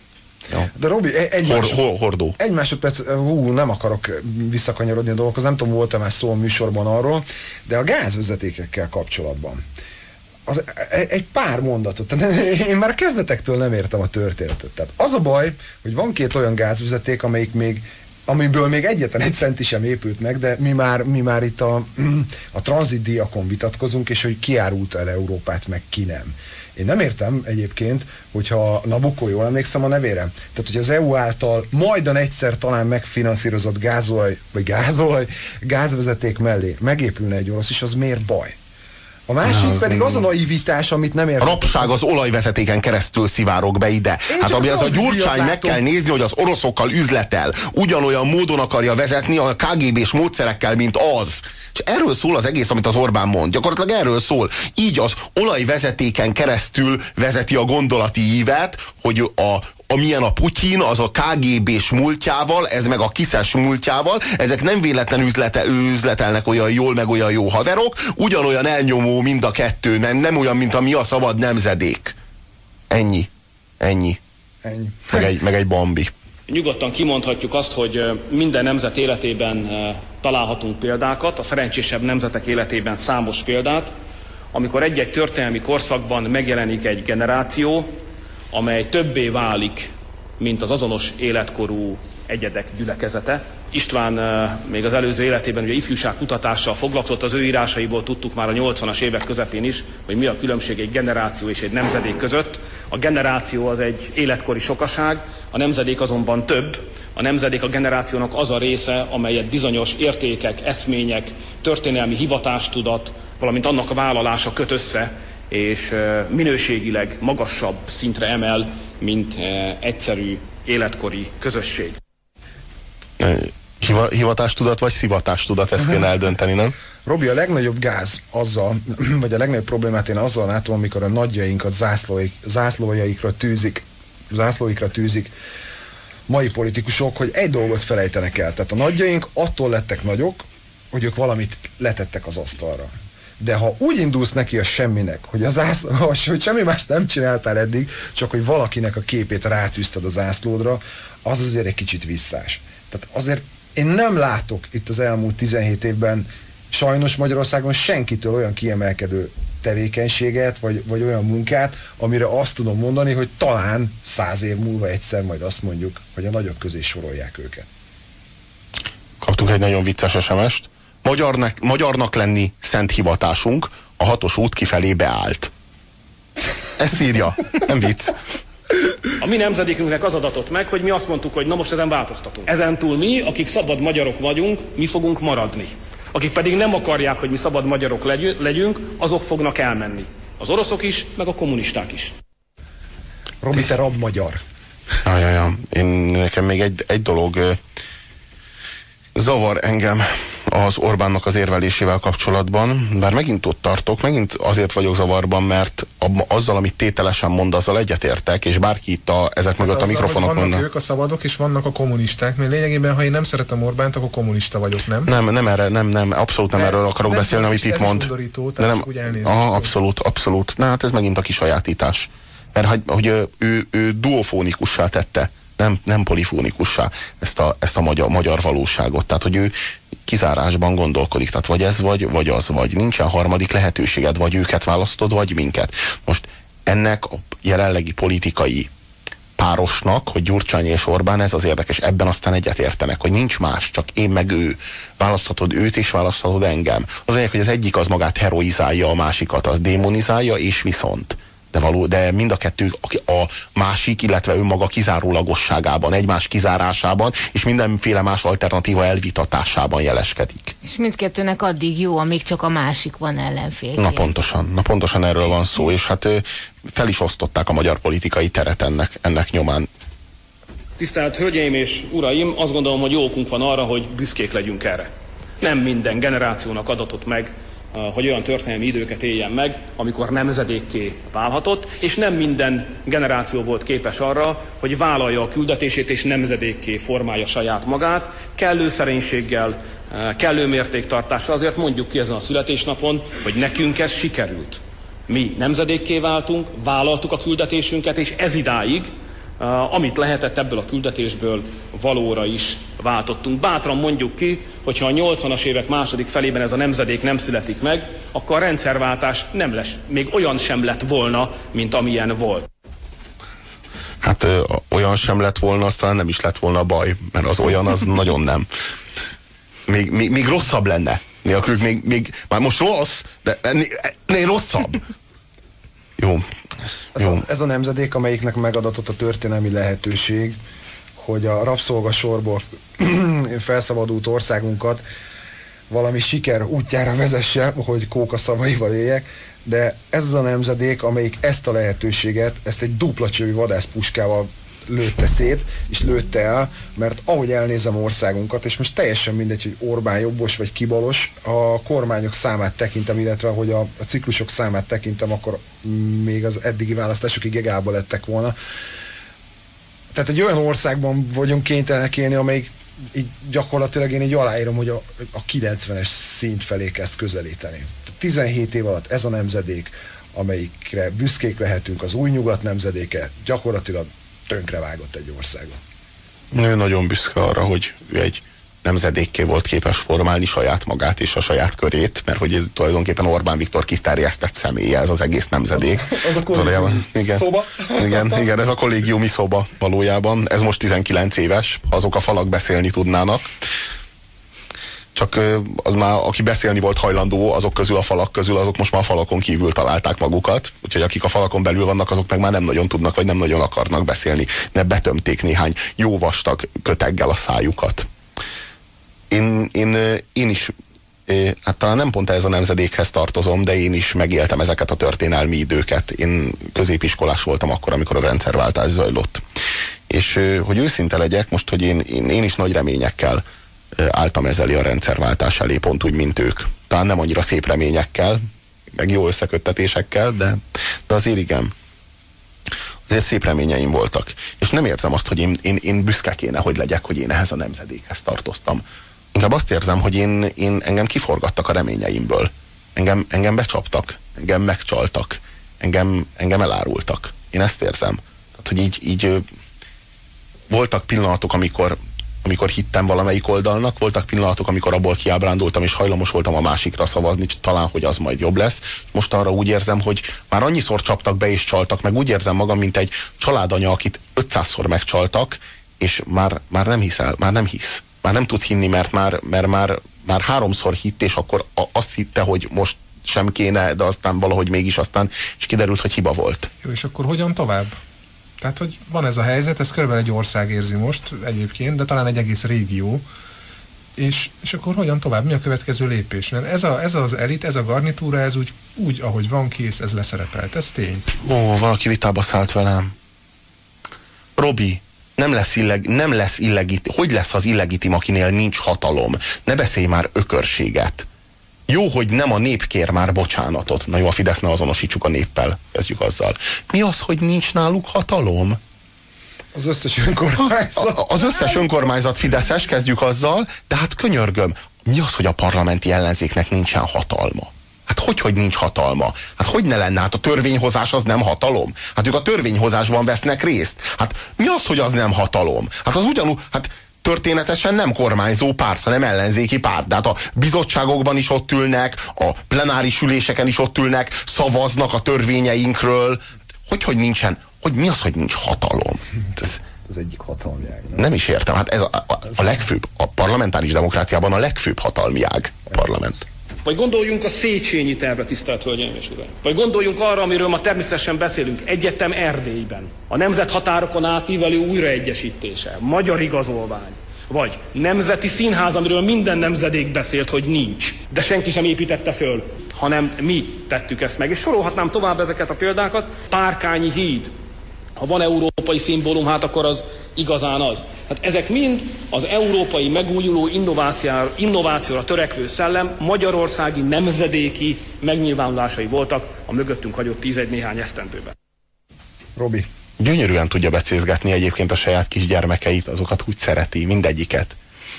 Jó. De Robi, egy, Hor, másod, hor, hordó. egy másodperc, hú, nem akarok visszakanyarodni a dolgokhoz, nem tudom, volt-e már szó a műsorban arról, de a gázvezetékekkel kapcsolatban. Az, egy pár mondatot. Tehát én már a kezdetektől nem értem a történetet. Tehát az a baj, hogy van két olyan gázvezeték, amelyik még, amiből még egyetlen egy centi sem épült meg, de mi már, mi már itt a, a tranzitdíjakon vitatkozunk, és hogy ki árult el Európát, meg ki nem. Én nem értem egyébként, hogyha Nabucco, jól emlékszem a nevére, tehát hogy az é u által majdan egyszer talán megfinanszírozott gázolaj, vagy gázolaj, gázvezeték mellé megépülne egy orosz is, az miért baj? A másik az pedig az a naivitás, amit nem értem. A rapság az olajvezetéken keresztül szivárog be ide. Én hát ami az a Gyurcsány, meg kell nézni, hogy az oroszokkal üzletel. Ugyanolyan módon akarja vezetni a ká gé bés módszerekkel, mint az. És erről szól az egész, amit az Orbán mond. Gyakorlatilag erről szól. Így az olajvezetéken keresztül vezeti a gondolati ívet, hogy a amilyen a Putyin, az a ká gé bés múltjával, ez meg a kiszes múltjával, ezek nem véletlenül üzlete, üzletelnek olyan jól, meg olyan jó haverok, ugyanolyan elnyomó mind a kettő, nem, nem olyan, mint a mi a szabad nemzedék. Ennyi. Ennyi. Ennyi. Meg egy, meg egy Bambi. Nyugodtan kimondhatjuk azt, hogy minden nemzet életében találhatunk példákat, a szerencsésebb nemzetek életében számos példát, amikor egy-egy történelmi korszakban megjelenik egy generáció, amely többé válik, mint az azonos életkorú egyedek gyülekezete. István uh, még az előző életében ugye ifjúságkutatással foglalkozott, az ő írásaiból tudtuk már a nyolcvanas évek közepén is, hogy mi a különbség egy generáció és egy nemzedék között. A generáció az egy életkori sokaság, a nemzedék azonban több. A nemzedék a generációnak az a része, amelyet bizonyos értékek, eszmények, történelmi hivatástudat, valamint annak a vállalása köt össze, és minőségileg magasabb szintre emel, mint egyszerű életkori közösség. Hiva, hivatástudat vagy szivatástudat, ezt kéne eldönteni, nem? Robi, a legnagyobb gáz azzal, vagy a legnagyobb problémát én azzal látom, amikor a nagyjainkat zászlóik, zászlójaikra tűzik, zászlóikra tűzik mai politikusok, hogy egy dolgot felejtenek el. Tehát a nagyjaink attól lettek nagyok, hogy ők valamit letettek az asztalra. De ha úgy indulsz neki a semminek, hogy, az ász, hogy semmi más nem csináltál eddig, csak hogy valakinek a képét rátűzted az zászlódra, az azért egy kicsit visszás. Tehát azért én nem látok itt az elmúlt tizenhét évben sajnos Magyarországon senkitől olyan kiemelkedő tevékenységet, vagy, vagy olyan munkát, amire azt tudom mondani, hogy talán száz év múlva egyszer majd azt mondjuk, hogy a nagyok közé sorolják őket. Kaptunk egy nagyon vicces es em est. Magyarnak, magyarnak lenni szent hivatásunk, a hatos út kifelé beállt. Ezt írja, nem vicc. A mi nemzedékünknek az adatott meg, hogy mi azt mondtuk, hogy na most ezen változtatunk. Ezentúl mi, akik szabad magyarok vagyunk, mi fogunk maradni. Akik pedig nem akarják, hogy mi szabad magyarok legyünk, azok fognak elmenni. Az oroszok is, meg a kommunisták is. Robi, te rab magyar. Ajajaj, én nekem még egy, egy dolog zavar engem az Orbánnak az érvelésével kapcsolatban, bár megint ott tartok, megint azért vagyok zavarban, mert azzal, amit tételesen mond, azzal egyetértek, és bárki itt a, ezek mögött hát a mikrofonokon... Vannak ők a szabadok, és vannak a kommunisták, mert lényegében, ha én nem szeretem Orbánt, akkor kommunista vagyok, nem? Nem, nem erre, nem, nem, abszolút nem de, erről akarok nem beszélni, amit itt mond. Undorító, de nem, aha, abszolút, abszolút. Na hát ez megint a kisajátítás. Mert hogy, hogy ő, ő, ő duofónikussá tette, nem, nem polifónikussá ezt a, ezt a magyar, magyar valóságot. Tehát, hogy ő kizárásban gondolkodik. Tehát vagy ez vagy, vagy az vagy. Nincsen harmadik lehetőséged, vagy őket választod, vagy minket. Most ennek a jelenlegi politikai párosnak, hogy Gyurcsány és Orbán, ez az érdekes. Ebben aztán egyetértenek, hogy nincs más, csak én meg ő. Választhatod őt, és választhatod engem. Az egyik, hogy az egyik az magát heroizálja, a másikat az démonizálja, és viszont. De, való, de mind a kettő a másik, illetve önmaga kizárólagosságában, egymás kizárásában, és mindenféle más alternatíva elvitatásában jeleskedik. És mindkettőnek addig jó, amíg csak a másik van ellenfélként. Na pontosan, na pontosan erről van szó, és hát fel is osztották a magyar politikai teret ennek, ennek nyomán. Tisztelt Hölgyeim és Uraim, azt gondolom, hogy jó okunk van arra, hogy büszkék legyünk erre. Nem minden generációnak adatott meg hogy olyan történelmi időket éljen meg, amikor nemzedékké válhatott, és nem minden generáció volt képes arra, hogy vállalja a küldetését és nemzedékké formálja saját magát, kellő szerénységgel, kellő mértéktartással. Azért mondjuk ki ezen a születésnapon, hogy nekünk ez sikerült. Mi nemzedékké váltunk, vállaltuk a küldetésünket, és ez idáig, amit lehetett ebből a küldetésből valóra is váltottunk. Bátran mondjuk ki, hogyha a nyolcvanas évek második felében ez a nemzedék nem születik meg, akkor a rendszerváltás nem lesz, még olyan sem lett volna, mint amilyen volt. Hát ö, olyan sem lett volna, aztán nem is lett volna baj, mert az olyan, az nagyon nem. Még, még, még rosszabb lenne. Nélkül még, még, már most rossz, de ennél rosszabb. Jó. Ez a, ez a nemzedék, amelyiknek megadatott a történelmi lehetőség, hogy a rabszolgasorból felszabadult országunkat valami siker útjára vezesse, hogy Kóka szavaival éljek, de ez az a nemzedék, amelyik ezt a lehetőséget, ezt egy dupla csövű vadászpuskával lőtte szét, és lőtte el, mert ahogy elnézem országunkat, és most teljesen mindegy, hogy Orbán jobbos vagy kibalos, a kormányok számát tekintem, illetve hogy a, a ciklusok számát tekintem, akkor még az eddigi választások igégába lettek volna. Tehát egy olyan országban vagyunk kénytelenek élni, amelyik így gyakorlatilag én így aláírom, hogy a, a kilencvenes szint felé kezd közelíteni. tizenhét év alatt ez a nemzedék, amelyikre büszkék lehetünk, az új nyugat nemzedéke, gyakorlatilag tönkrevágott egy országot. Ő nagyon büszke arra, hogy ő egy nemzedékké volt képes formálni saját magát és a saját körét, mert hogy ez tulajdonképpen Orbán Viktor kiterjesztett személye, ez az egész nemzedék. Az a kollégiumi igen, szoba. Igen, igen, ez a kollégiumi szoba valójában. Ez most tizenkilenc éves, ha azok a falak beszélni tudnának. Csak az már, aki beszélni volt hajlandó, azok közül a falak közül, azok most már a falakon kívül találták magukat, úgyhogy akik a falakon belül vannak, azok meg már nem nagyon tudnak, vagy nem nagyon akarnak beszélni. Ne betömték néhány jó vastag köteggel a szájukat. Én, én, én is, hát talán nem pont ez a nemzedékhez tartozom, de én is megéltem ezeket a történelmi időket. Én középiskolás voltam akkor, amikor a rendszerváltás zajlott. És hogy őszinte legyek, most, hogy én, én, én is nagy reményekkel álltam ezzel a rendszerváltás elé, pont úgy, mint ők. Talán nem annyira szép reményekkel, meg jó összeköttetésekkel, de, de azért igen. Azért szép reményeim voltak. És nem érzem azt, hogy én, én, én büszke kéne, hogy legyek, hogy én ehhez a nemzedékhez tartoztam. Inkább azt érzem, hogy én, én engem kiforgattak a reményeimből. Engem, engem becsaptak, engem megcsaltak, engem, engem elárultak. Én ezt érzem. Tehát, hogy így, így voltak pillanatok, amikor amikor hittem valamelyik oldalnak, voltak pillanatok, amikor abból kiábrándultam, és hajlamos voltam a másikra szavazni, talán, hogy az majd jobb lesz. Most arra úgy érzem, hogy már annyiszor csaptak be és csaltak, meg úgy érzem magam, mint egy családanya, akit ötszázszor megcsaltak, és már, már nem hiszel, már nem hisz. Már nem tud hinni, mert már, mert már, már háromszor hitt, és akkor azt hitte, hogy most sem kéne, de aztán valahogy mégis aztán, és kiderült, hogy hiba volt. Jó, és akkor hogyan tovább? Tehát, hogy van ez a helyzet, ez körülbelül egy ország érzi most egyébként, de talán egy egész régió, és, és akkor hogyan tovább? Mi a következő lépés? Mert ez, a, ez az elit, ez a garnitúra, ez úgy, úgy, ahogy van, kész, ez leszerepelt, ez tény. Ó, valaki vitába szállt velem. Robi, nem lesz, illeg, nem lesz illegitim, hogy lesz az illegitim, akinél nincs hatalom? Ne beszélj már ökörséget. Jó, hogy nem a nép kér már bocsánatot. Na jó, a Fidesz ne azonosítsuk a néppel. Kezdjük azzal. Mi az, hogy nincs náluk hatalom? Az összes önkormányzat. A, az összes önkormányzat fideszes, kezdjük azzal, de hát könyörgöm, mi az, hogy a parlamenti ellenzéknek nincsen hatalma? Hát hogy, hogy nincs hatalma? Hát hogy ne lenne? Hát a törvényhozás az nem hatalom? Hát ők a törvényhozásban vesznek részt. Hát mi az, hogy az nem hatalom? Hát az ugyanúgy, hát történetesen nem kormányzó párt, hanem ellenzéki párt. De hát a bizottságokban is ott ülnek, a plenáris üléseken is ott ülnek, szavaznak a törvényeinkről. Hogy, hogy nincsen, hogy mi az, hogy nincs hatalom? Ez, az egyik hatalmi ág. Nem? nem is értem, hát ez a, a, a legfőbb, a parlamentáris demokráciában a legfőbb hatalmi ág a parlament. Vagy gondoljunk a Széchenyi tervre, tisztelt Hölgyeim és Uraim. Vagy gondoljunk arra, amiről ma természetesen beszélünk, egyetem Erdélyben. A nemzethatárokon átívelő újraegyesítése, magyar igazolvány. Vagy nemzeti színház, amiről minden nemzedék beszélt, hogy nincs. De senki sem építette föl, hanem mi tettük ezt meg. És sorolhatnám tovább ezeket a példákat. Párkányi híd, Ha van európai szimbólum, hát akkor az igazán az. Hát ezek mind az európai megújuló innovációra, innovációra törekvő szellem magyarországi nemzedéki megnyilvánulásai voltak a mögöttünk hagyott tízegy néhány esztendőben. Robi. Gyönyörűen tudja becézgetni egyébként a saját kisgyermekeit, azokat úgy szereti, mindegyiket.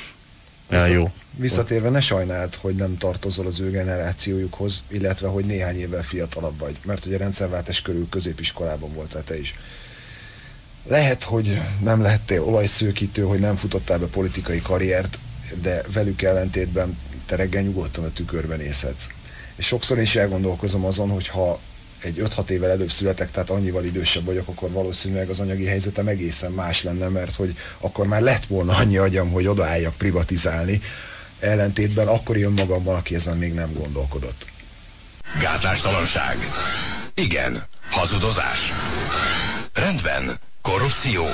Ja, jó. Visszatérve, ne sajnáld, hogy nem tartozol az ő generációjukhoz, illetve hogy néhány évvel fiatalabb vagy, mert hogy a rendszerváltás körül középiskolában voltál te is. Lehet, hogy nem lehettél olajszőkítő, hogy nem futottál be politikai karriert, de velük ellentétben te reggel nyugodtan a tükörben nézhetsz. És sokszor is elgondolkozom azon, hogy ha egy öt-hat évvel előbb születek, tehát annyival idősebb vagyok, akkor valószínűleg az anyagi helyzetem egészen más lenne, mert hogy akkor már lett volna annyi agyam, hogy odaálljak privatizálni, ellentétben akkori önmagamban, aki ezen még nem gondolkodott. Gátlástalanság. Igen. Hazudozás. Rendben. Korrupció.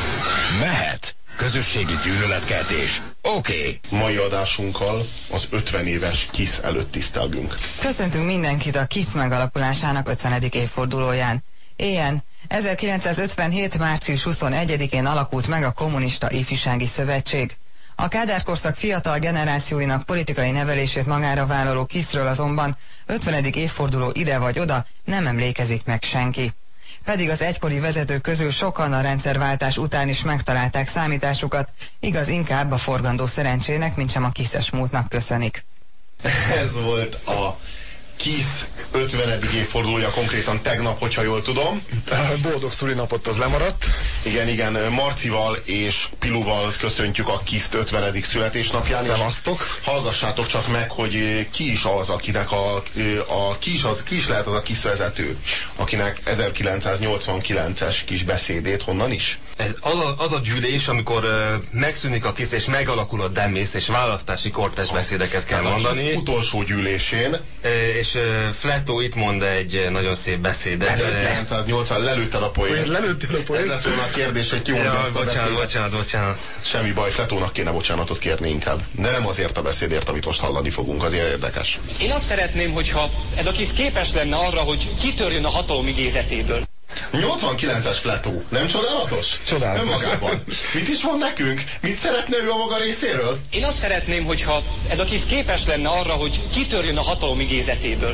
Mehet. Közösségi gyűlöletkeltés. Oké. Okay. Mai adásunkkal az ötven éves KISZ előtt tisztelgünk. Köszöntünk mindenkit a KISZ megalakulásának ötvenedik évfordulóján. Ilyen ezerkilencszázötvenhét. március huszonegyedikén alakult meg a Kommunista Ifjúsági Szövetség. A Kádár-korszak fiatal generációinak politikai nevelését magára vállaló KISZ-ről azonban ötvenedik évforduló ide vagy oda nem emlékezik meg senki. Pedig az egykori vezetők közül sokan a rendszerváltás után is megtalálták számításukat, igaz inkább a forgandó szerencsének, mintsem a kiszes múltnak köszönik. Ez volt a KISZ ötvenedik évfordulója, konkrétan tegnap, hogyha jól tudom. Boldog szülinapot az lemaradt. Igen, igen, Marcival és Piluval köszöntjük a KISZ ötvenedik születésnapján. Szevasztok! Hallgassátok csak meg, hogy ki is az, akinek a, a ki, is az, ki is lehet az a KISZ vezető, akinek ezerkilencszáznyolcvankilences kis beszédét honnan is? Ez az a, az a gyűlés, amikor uh, megszűnik a KISZ és megalakul a Demész, és választási kortás beszédeket kell Tehát mondani. A KISZ utolsó gyűlésén. E, és uh, Fletó itt mond egy nagyon szép beszédet. ezerkilencszáznyolcvan lelőtted a poént. Lelőtted a poént. Ez lett volna a kérdés, hogy ki mondja ja, ezt a bocsánat, beszédet. bocsánat, bocsánat. Semmi baj, Fletónak kéne bocsánatot kérni inkább. De nem azért a beszédért, amit most hallani fogunk, azért érdekes. Én azt szeretném, hogyha ez a KISZ képes lenne arra, hogy kitörjön a hatalom igézetéből. nyolcvankilences Fletó. Nem csodálatos? Csodálatos. Önmagában. Mit is mond nekünk? Mit szeretne ő a maga részéről? Én azt szeretném, hogyha ez a KISZ képes lenne arra, hogy kitörjön a hatalom igézetéből.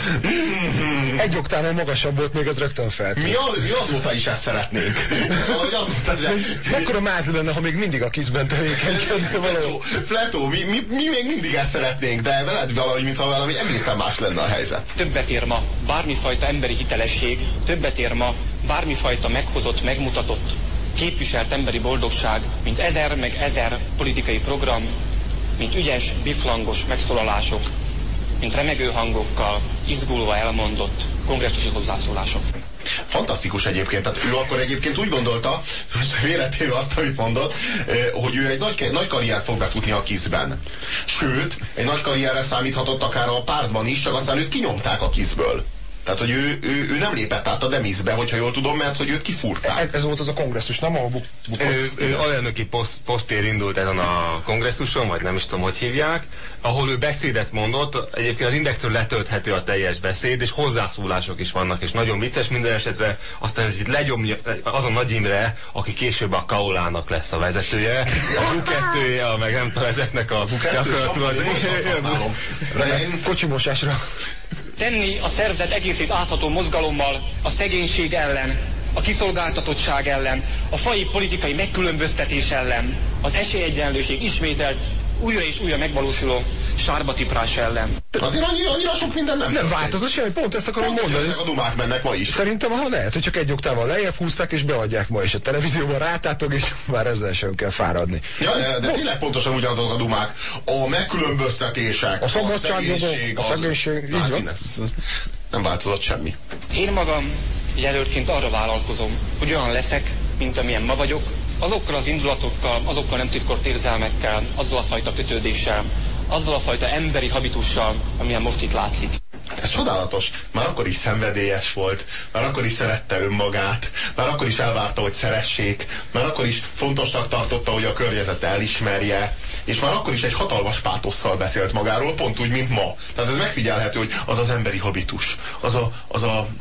Egy oktávon magasabb volt, még ez rögtön feltűnt. Mi, az, mi azóta is ezt szeretnénk. Valahogy azóta is. Mekkora mázli lenne, ha még mindig a KISZ-ben tevékenykedne valahol. Fletó, mi, mi, mi még mindig ezt szeretnénk, de veled valahogy, mintha valami egészen más lenne a helyzet. Többet ér ma bármifajta emberi hitelesség, többet ér ma bármifajta meghozott, megmutatott, képviselt emberi boldogság, mint ezer meg ezer politikai program, mint ügyes, biflangos megszólalások, mint remegő hangokkal, izgulva elmondott kongresszusi hozzászólások. Fantasztikus egyébként, tehát ő akkor egyébként úgy gondolta, véletlenül azt, amit mondott, hogy ő egy nagy, nagy karriert fog befutni a KISZ-ben. Sőt, egy nagy karrierre számíthatott akár a pártban is, csak aztán őt kinyomták a KISZ-ből. Tehát, hogy ő, ő, ő nem lépett át a Demészbe, hogyha jól tudom, mert hogy őt kifúrták. Ez, ez volt az a kongresszus, nem? Ahol bukott. Ő, ő alelnöki poszt, posztér indult ezen a kongresszuson, vagy nem is tudom, hogy hívják, ahol ő beszédet mondott, egyébként az Indexről letölthető a teljes beszéd, és hozzászólások is vannak, és nagyon vicces minden esetre, aztán hogy itt legyomja az a Nagy Imre, aki később a Kaolának lesz a vezetője, a U kettője, meg nem tudom, ezeknek a gyakorlatilag. Kocsimosásra. Tenni a szervezet egészét átható mozgalommal a szegénység ellen, a kiszolgáltatottság ellen, a faji politikai megkülönböztetés ellen, az esélyegyenlőség ismételt, újra és újra megvalósuló sárbatiprás ellen. Azért annyira, annyira sok minden nem Nem változott semmi, pont ezt akarom pont mondani. Ezek a dumák mennek ma is. Szerintem ha lehet, hogy csak egy oktával lejjebb húzták és beadják ma is a televízióban, rátátog, és már ezzel sem kell fáradni. Ja, de, de tényleg pontosan ugyanazok a dumák. A megkülönböztetések, a a szabadságjogok, szegénység, a szegénység, így hát, van. ez, ez nem változott semmi. Én magam jelöltként arra vállalkozom, hogy olyan leszek, mint amilyen ma vagyok, azokkal az indulatokkal, azokkal nem titkolt érzelmekkel, azzal a fajta kötődéssel, azzal a fajta emberi habitussal, amilyen most itt látszik. Ez csodálatos. Már akkor is szenvedélyes volt, már akkor is szerette önmagát, már akkor is elvárta, hogy szeressék, már akkor is fontosnak tartotta, hogy a környezet elismerje, és már akkor is egy hatalmas pátosszal beszélt magáról, pont úgy, mint ma. Tehát ez megfigyelhető, hogy az az emberi habitus, az a... Az a hogy a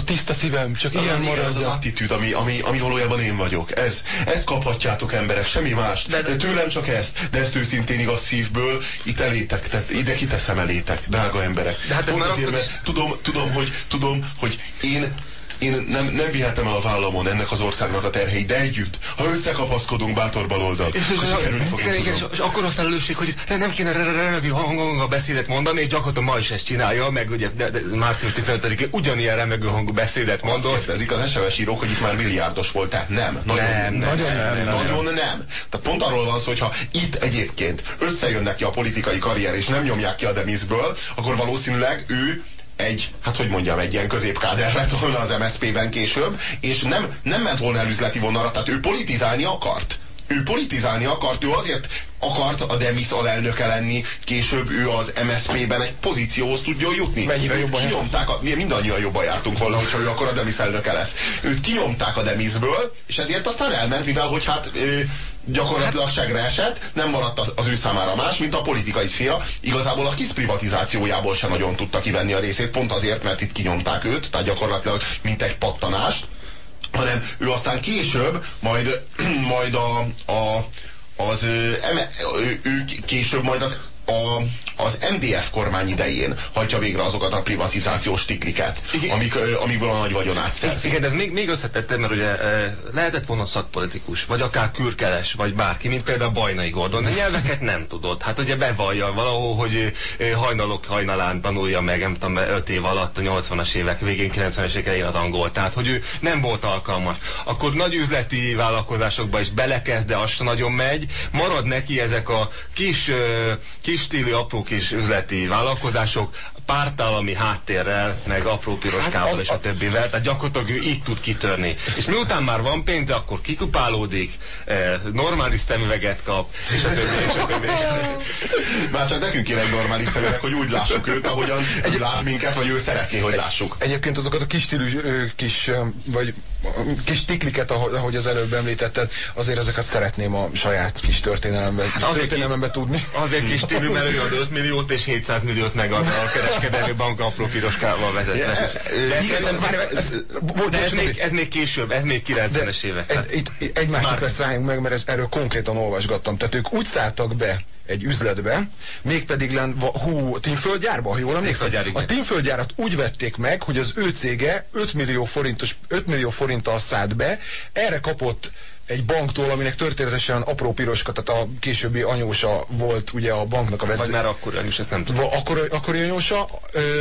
tiszta szívem, csak az ilyen marad. Ez az attitűd, ami, ami, ami valójában én vagyok. Ez, ezt kaphatjátok emberek, semmi más. De, de tőlem csak ezt, de ezt őszintén igaz szívből itt elétek, tehát ide kiteszem elétek, drága emberek. De hát ez már azért, mert tudom, tudom, hogy, tudom, hogy én Én nem, nem vihetem el a vállamon ennek az országnak a terheit, de együtt, ha összekapaszkodunk, bátor baloldal, és, és, és, és, és akkor a felelősség, hogy nem kéne remegő hangon a beszédet mondani, és gyakorlatilag ma is ezt csinálja, meg ugye de, de, március tizenötödikén ugyanilyen remegő hangú beszédet mondott. Azt kérdezik az es em es írók, hogy itt már milliárdos volt, tehát nem. Nagyon nem, nem, nagyon nem, nem, nem. Nagyon nem. nem. Tehát pont arról van szó, hogyha itt egyébként összejönnek ki a politikai karrier, és nem nyomják ki a Demisből, akkor valószínűleg ő egy, hát hogy mondjam, egy ilyen középkáder lett volna az em es zé pé-ben később, és nem, nem ment volna el üzleti vonalra, tehát ő politizálni akart. Ő politizálni akart, ő azért akart a Demis alelnöke lenni, később ő az em es zé pé-ben egy pozícióhoz tudjon jutni. Mennyire jobban kinyomták, a, mi mindannyian jobban jártunk volna, hogyha ő akkor a Demis elnöke lesz. Őt kinyomták a Demisből, és ezért aztán elment, mivel hogy hát ő, gyakorlatilag segre esett, nem maradt az, az ő számára más, mint a politikai szféra. Igazából a kis privatizációjából sem nagyon tudta kivenni a részét, pont azért, mert itt kinyomták őt, tehát gyakorlatilag mint egy pattanást, hanem ő aztán később, majd, majd a, a, az, ő, ő később majd az A, az em dé ef kormány idején hagyja végre azokat a privatizációs tikliket, amik, amikből a nagy vagyonát szerzik. Igen, ez még, még összetettem, mert ugye lehetett volna szakpolitikus, vagy akár kürkeles, vagy bárki, mint például Bajnai Gordon, de nyelveket nem tudott. Hát ugye bevallja valahol, hogy hajnalok hajnalán tanulja meg, nem tudom, öt év alatt a nyolcvanas évek végén, kilencvenes évek elején az angol. Tehát, hogy ő nem volt alkalmas. Akkor nagy üzleti vállalkozásokba is belekezd, de az sem nagyon megy. Marad neki ezek a kis, kis stílű, apró kis üzleti vállalkozások, pártállami háttérrel, meg apró piroskával hát és a többivel, tehát gyakorlatilag ő így tud kitörni. És miután már van pénze, akkor kikupálódik, eh, normális szemüveget kap, és a többi, és a többi. És a többi. Már csak nekünk kéne egy normális szemüveg, hogy úgy lássuk őt, ahogyan egy lát minket, vagy ő szeretné, hogy lássuk. Egyébként azokat a kis stílű, kis, vagy kis tikliket, ahogy az előbb említetted, azért ezeket szeretném a saját kis történelemben, hát történelemben tudni. Azért kis stílű, mert ő ad öt milliót és hétszáz milliót meg a kereskedelmi bank apró piroskával vezetve. De ez még, ez még később, ez még kilencvenes évek. Itt egy másodperc rájunk meg, mert ez, erről konkrétan olvasgattam. Tehát ők úgy szálltak be egy üzletbe, mégpedig len, hú, Tinföldgyárba, ha jól emlékszem? A Tinföldgyárat úgy vették meg, hogy az ő cége öt millió forintos, öt millió forinttal szállt be, erre kapott egy banktól, aminek történetesen apró piroska, tehát a későbbi anyósa volt ugye a banknak a vezető. Vagy már akkor anyós, ezt nem tudom. Akkor, akkor anyósa. Ö,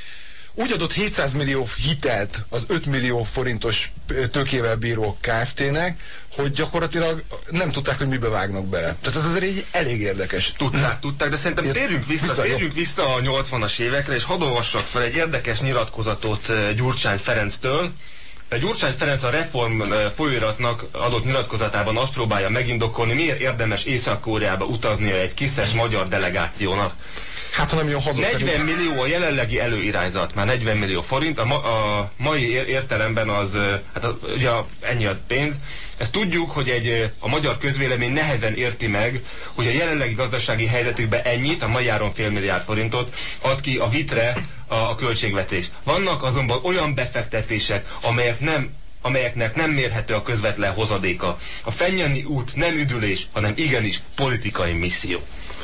úgy adott hétszáz millió hitelt az öt millió forintos tőkével bíró Kft-nek, hogy gyakorlatilag nem tudták, hogy mibe vágnak bele. Tehát ez azért így elég érdekes. Tudták, tudták, de szerintem térjünk vissza, vissza, térjünk vissza a nyolcvanas évekre, és hadd olvassak fel egy érdekes nyilatkozatot Gyurcsány Ferenctől. Gyurcsány Ferenc a Reform folyóiratnak adott nyilatkozatában azt próbálja megindokolni, miért érdemes Észak-Koreába utaznia egy kiszes magyar delegációnak. Hát, ha nem jön haza negyven millió a jelenlegi előirányzat, már negyven millió forint, a, ma, a mai értelemben az, hát a, ugye ennyi a pénz. Ezt tudjuk, hogy egy, a magyar közvélemény nehezen érti meg, hogy a jelenlegi gazdasági helyzetükben ennyit, a mai áron fél milliárd forintot ad ki a vitre a, a költségvetés. Vannak azonban olyan befektetések, amelyek nem amelyeknek nem mérhető a közvetlen hozadéka. A Fennyeni út nem üdülés, hanem igenis politikai misszió.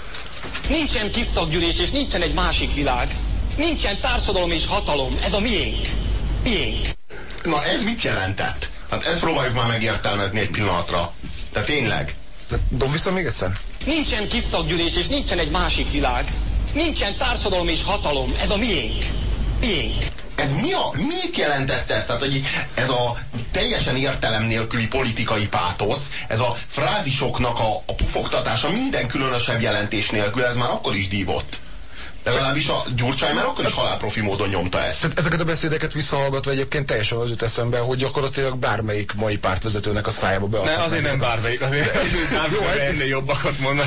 Nincsen tisztaggyűlés és nincsen egy másik világ. Nincsen társadalom és hatalom. Ez a miénk. Miénk. Na ez mit jelentett? Hát ezt próbáljuk már megértelmezni egy pillanatra. De tényleg. Dob vissza még egyszer. Nincsen tisztaggyűlés és nincsen egy másik világ. Nincsen társadalom és hatalom. Ez a miénk. Miénk. Ez mi a, mit jelentett ez? Tehát, hogy ez a teljesen értelem nélküli politikai pátosz, ez a frázisoknak a, a pufogtatása minden különösebb jelentés nélkül, ez már akkor is dívott. Legalábbis a Gyurcsány már akkor is halálprofi módon nyomta ezt. Ezeket a beszédeket visszahallgatva egyébként teljesen az jut eszembe, hogy gyakorlatilag bármelyik mai pártvezetőnek a szájába beadhatnak. Ne, azért nem bármelyik, azért ennél jobbakat mondani.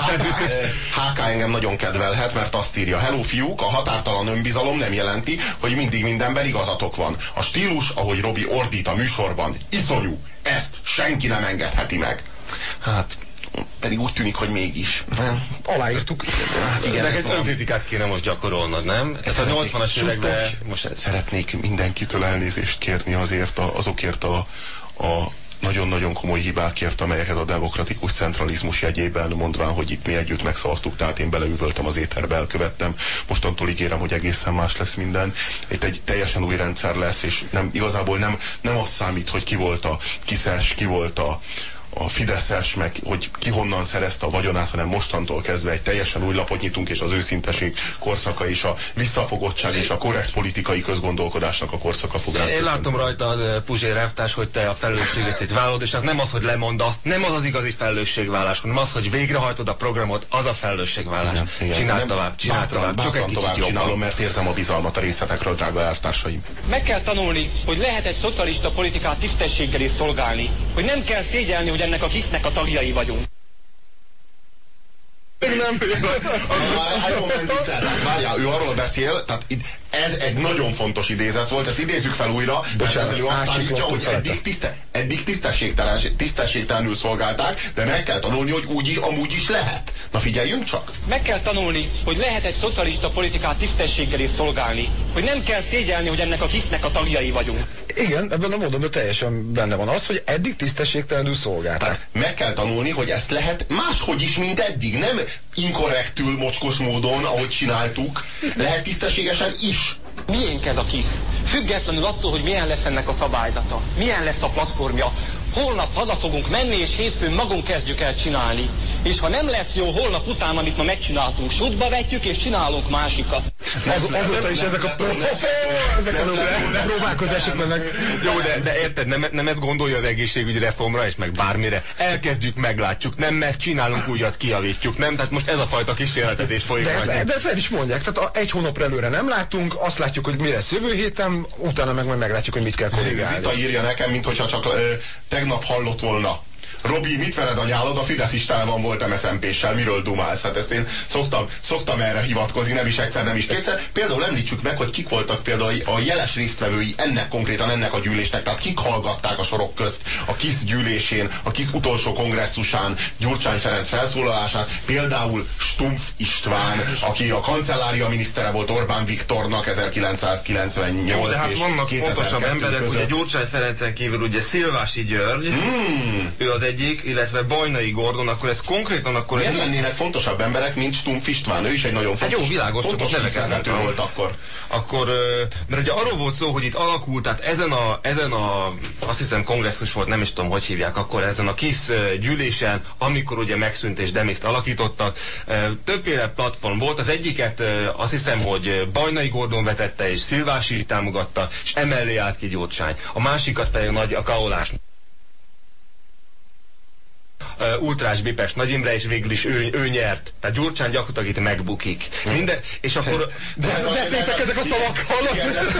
há ká engem nagyon kedvelhet, mert azt írja: hello fiúk, a határtalan önbizalom nem jelenti, hogy mindig mindenben igazatok van. A stílus, ahogy Robi ordít a műsorban, iszonyú. Ezt senki nem engedheti meg. Hát... pedig úgy tűnik, hogy mégis. Nem? Aláírtuk. Hát igen, neked önkritikát kéne most gyakorolnod, nem? Ez a nyolcvanas években most szeretnék mindenkitől elnézést kérni azért a, azokért a, a nagyon-nagyon komoly hibákért, amelyeket a demokratikus centralizmus jegyében, mondván, hogy itt mi együtt megszavaztuk, tehát én beleüvöltem az éterbe, elkövettem. Mostantól ígérem, hogy egészen más lesz minden. Itt egy teljesen új rendszer lesz, és nem, igazából nem, nem az számít, hogy ki volt a kiszes, ki volt a a fideszes, meg hogy ki honnan szerezte a vagyonát, hanem mostantól kezdve egy teljesen új lapot nyitunk, és az őszinteség korszaka és a visszafogottság és a korrekt politikai közgondolkodásnak a korszaka fog rá. Én látom rajta, Puzsér elvtárs, hogy te a felelősséget itt vállalod, és az nem az, hogy lemondasz, nem az az igazi felelősségvállás, hanem az, hogy végrehajtod a programot, az a felelősségvállás. Csináld tovább, csináld tovább, csak egy kicsit jobban. Csinálom, mert érzem a bizalmat a részletekről, drága elvtársaim. Meg kell tanulni, hogy lehet egy szocialista politikát tisztességgel is szolgálni, hogy nem kell szégyelni, hogy ennek a kisznek a tagjai vagyunk. Nem, várjál, ő arról beszél, tehát itt ez egy nagyon fontos idézet volt, ezt idézzük fel újra, mert ezzel ő azt állítja, hogy eddig, tiszte, eddig tisztességtelen, tisztességtelenül szolgálták, de meg kell tanulni, hogy úgy, amúgy is lehet. Na figyeljünk csak! Meg kell tanulni, hogy lehet egy szocialista politikát tisztességgel is szolgálni, hogy nem kell szégyelni, hogy ennek a kisznek a tagjai vagyunk. Igen, ebben a módonban teljesen benne van az, hogy eddig tisztességtelenül szolgálták. Meg kell tanulni, hogy ezt lehet máshogy is, mint eddig, nem inkorrektül, mocskos módon, ahogy csináltuk, lehet tisztességesen is. Miénk ez a kisz? Függetlenül attól, hogy milyen lesz ennek a szabályzata, milyen lesz a platformja. Holnap haza fogunk menni, és hétfőn magunk kezdjük el csinálni. És ha nem lesz jó holnap után, amit ma megcsináltunk, sútba vetjük, és csinálunk másikat. Az, azóta is ezek a próbálkozások mennek. Jó, de, de érted, nem, nem ezt gondolja az egészségügyi reformra, és meg bármire. Elkezdjük, meglátjuk, nem, mert csinálunk újat, kijavítjuk, nem? Tehát most ez a fajta kísérletezés folyik. De, ez, de ezt el is mondják, tehát egy hónapra előre nem látunk, azt látjuk, hogy mi lesz jövő héten, utána meg majd meglátjuk, hogy mit kell korrigálni. Zita írja nekem, mintha csak ö, tegnap hallott volna. Robi, mit vered a nyálod? A Fidesz is tele van volt em es zé em pé-ssel, miről dumálsz? Hát ezt én szoktam, szoktam erre hivatkozni, nem is egyszer, nem is kétszer. Például említsük meg, hogy kik voltak például a jeles résztvevői ennek konkrétan ennek a gyűlésnek, tehát kik hallgatták a sorok közt a KISZ gyűlésén, a KISZ utolsó kongresszusán Gyurcsány Ferenc felszólalását, például Stumpf István, aki a kancellária minisztere volt Orbán Viktornak ezerkilencszázkilencvennyolc Jó, de hát és vannak fontosabb emberek, között. ugye Gyurcsány Ferencen kívül ugye Szilvási György, mm. ő az egyik, illetve Bajnai Gordon, akkor ez konkrétan akkor... Miért lennének fontosabb emberek, mint Stumpf István? Ő is egy nagyon fontos, hát jó, világos, fontos vezető volt akkor. Akkor, mert ugye arról volt szó, hogy itt alakult, tehát ezen a, ezen a, azt hiszem kongresszus volt, nem is tudom, hogy hívják akkor, ezen a KISZ gyűlésen, amikor ugye megszűnt és Demiszt alakítottak, többféle platform volt, az egyiket azt hiszem, hogy Bajnai Gordon vetette és Szilvási támogatta, és emellé állt ki Gyurcsány. A másikat pedig nagy a Kaolás. Uh, Ultrás Bipes Nagy Imre, és végül is ő, ő nyert. Tehát Gyurcsány gyakorlatilag itt megbukik. Minden, és akkor... De beszéltek ezek a szavak, hallod?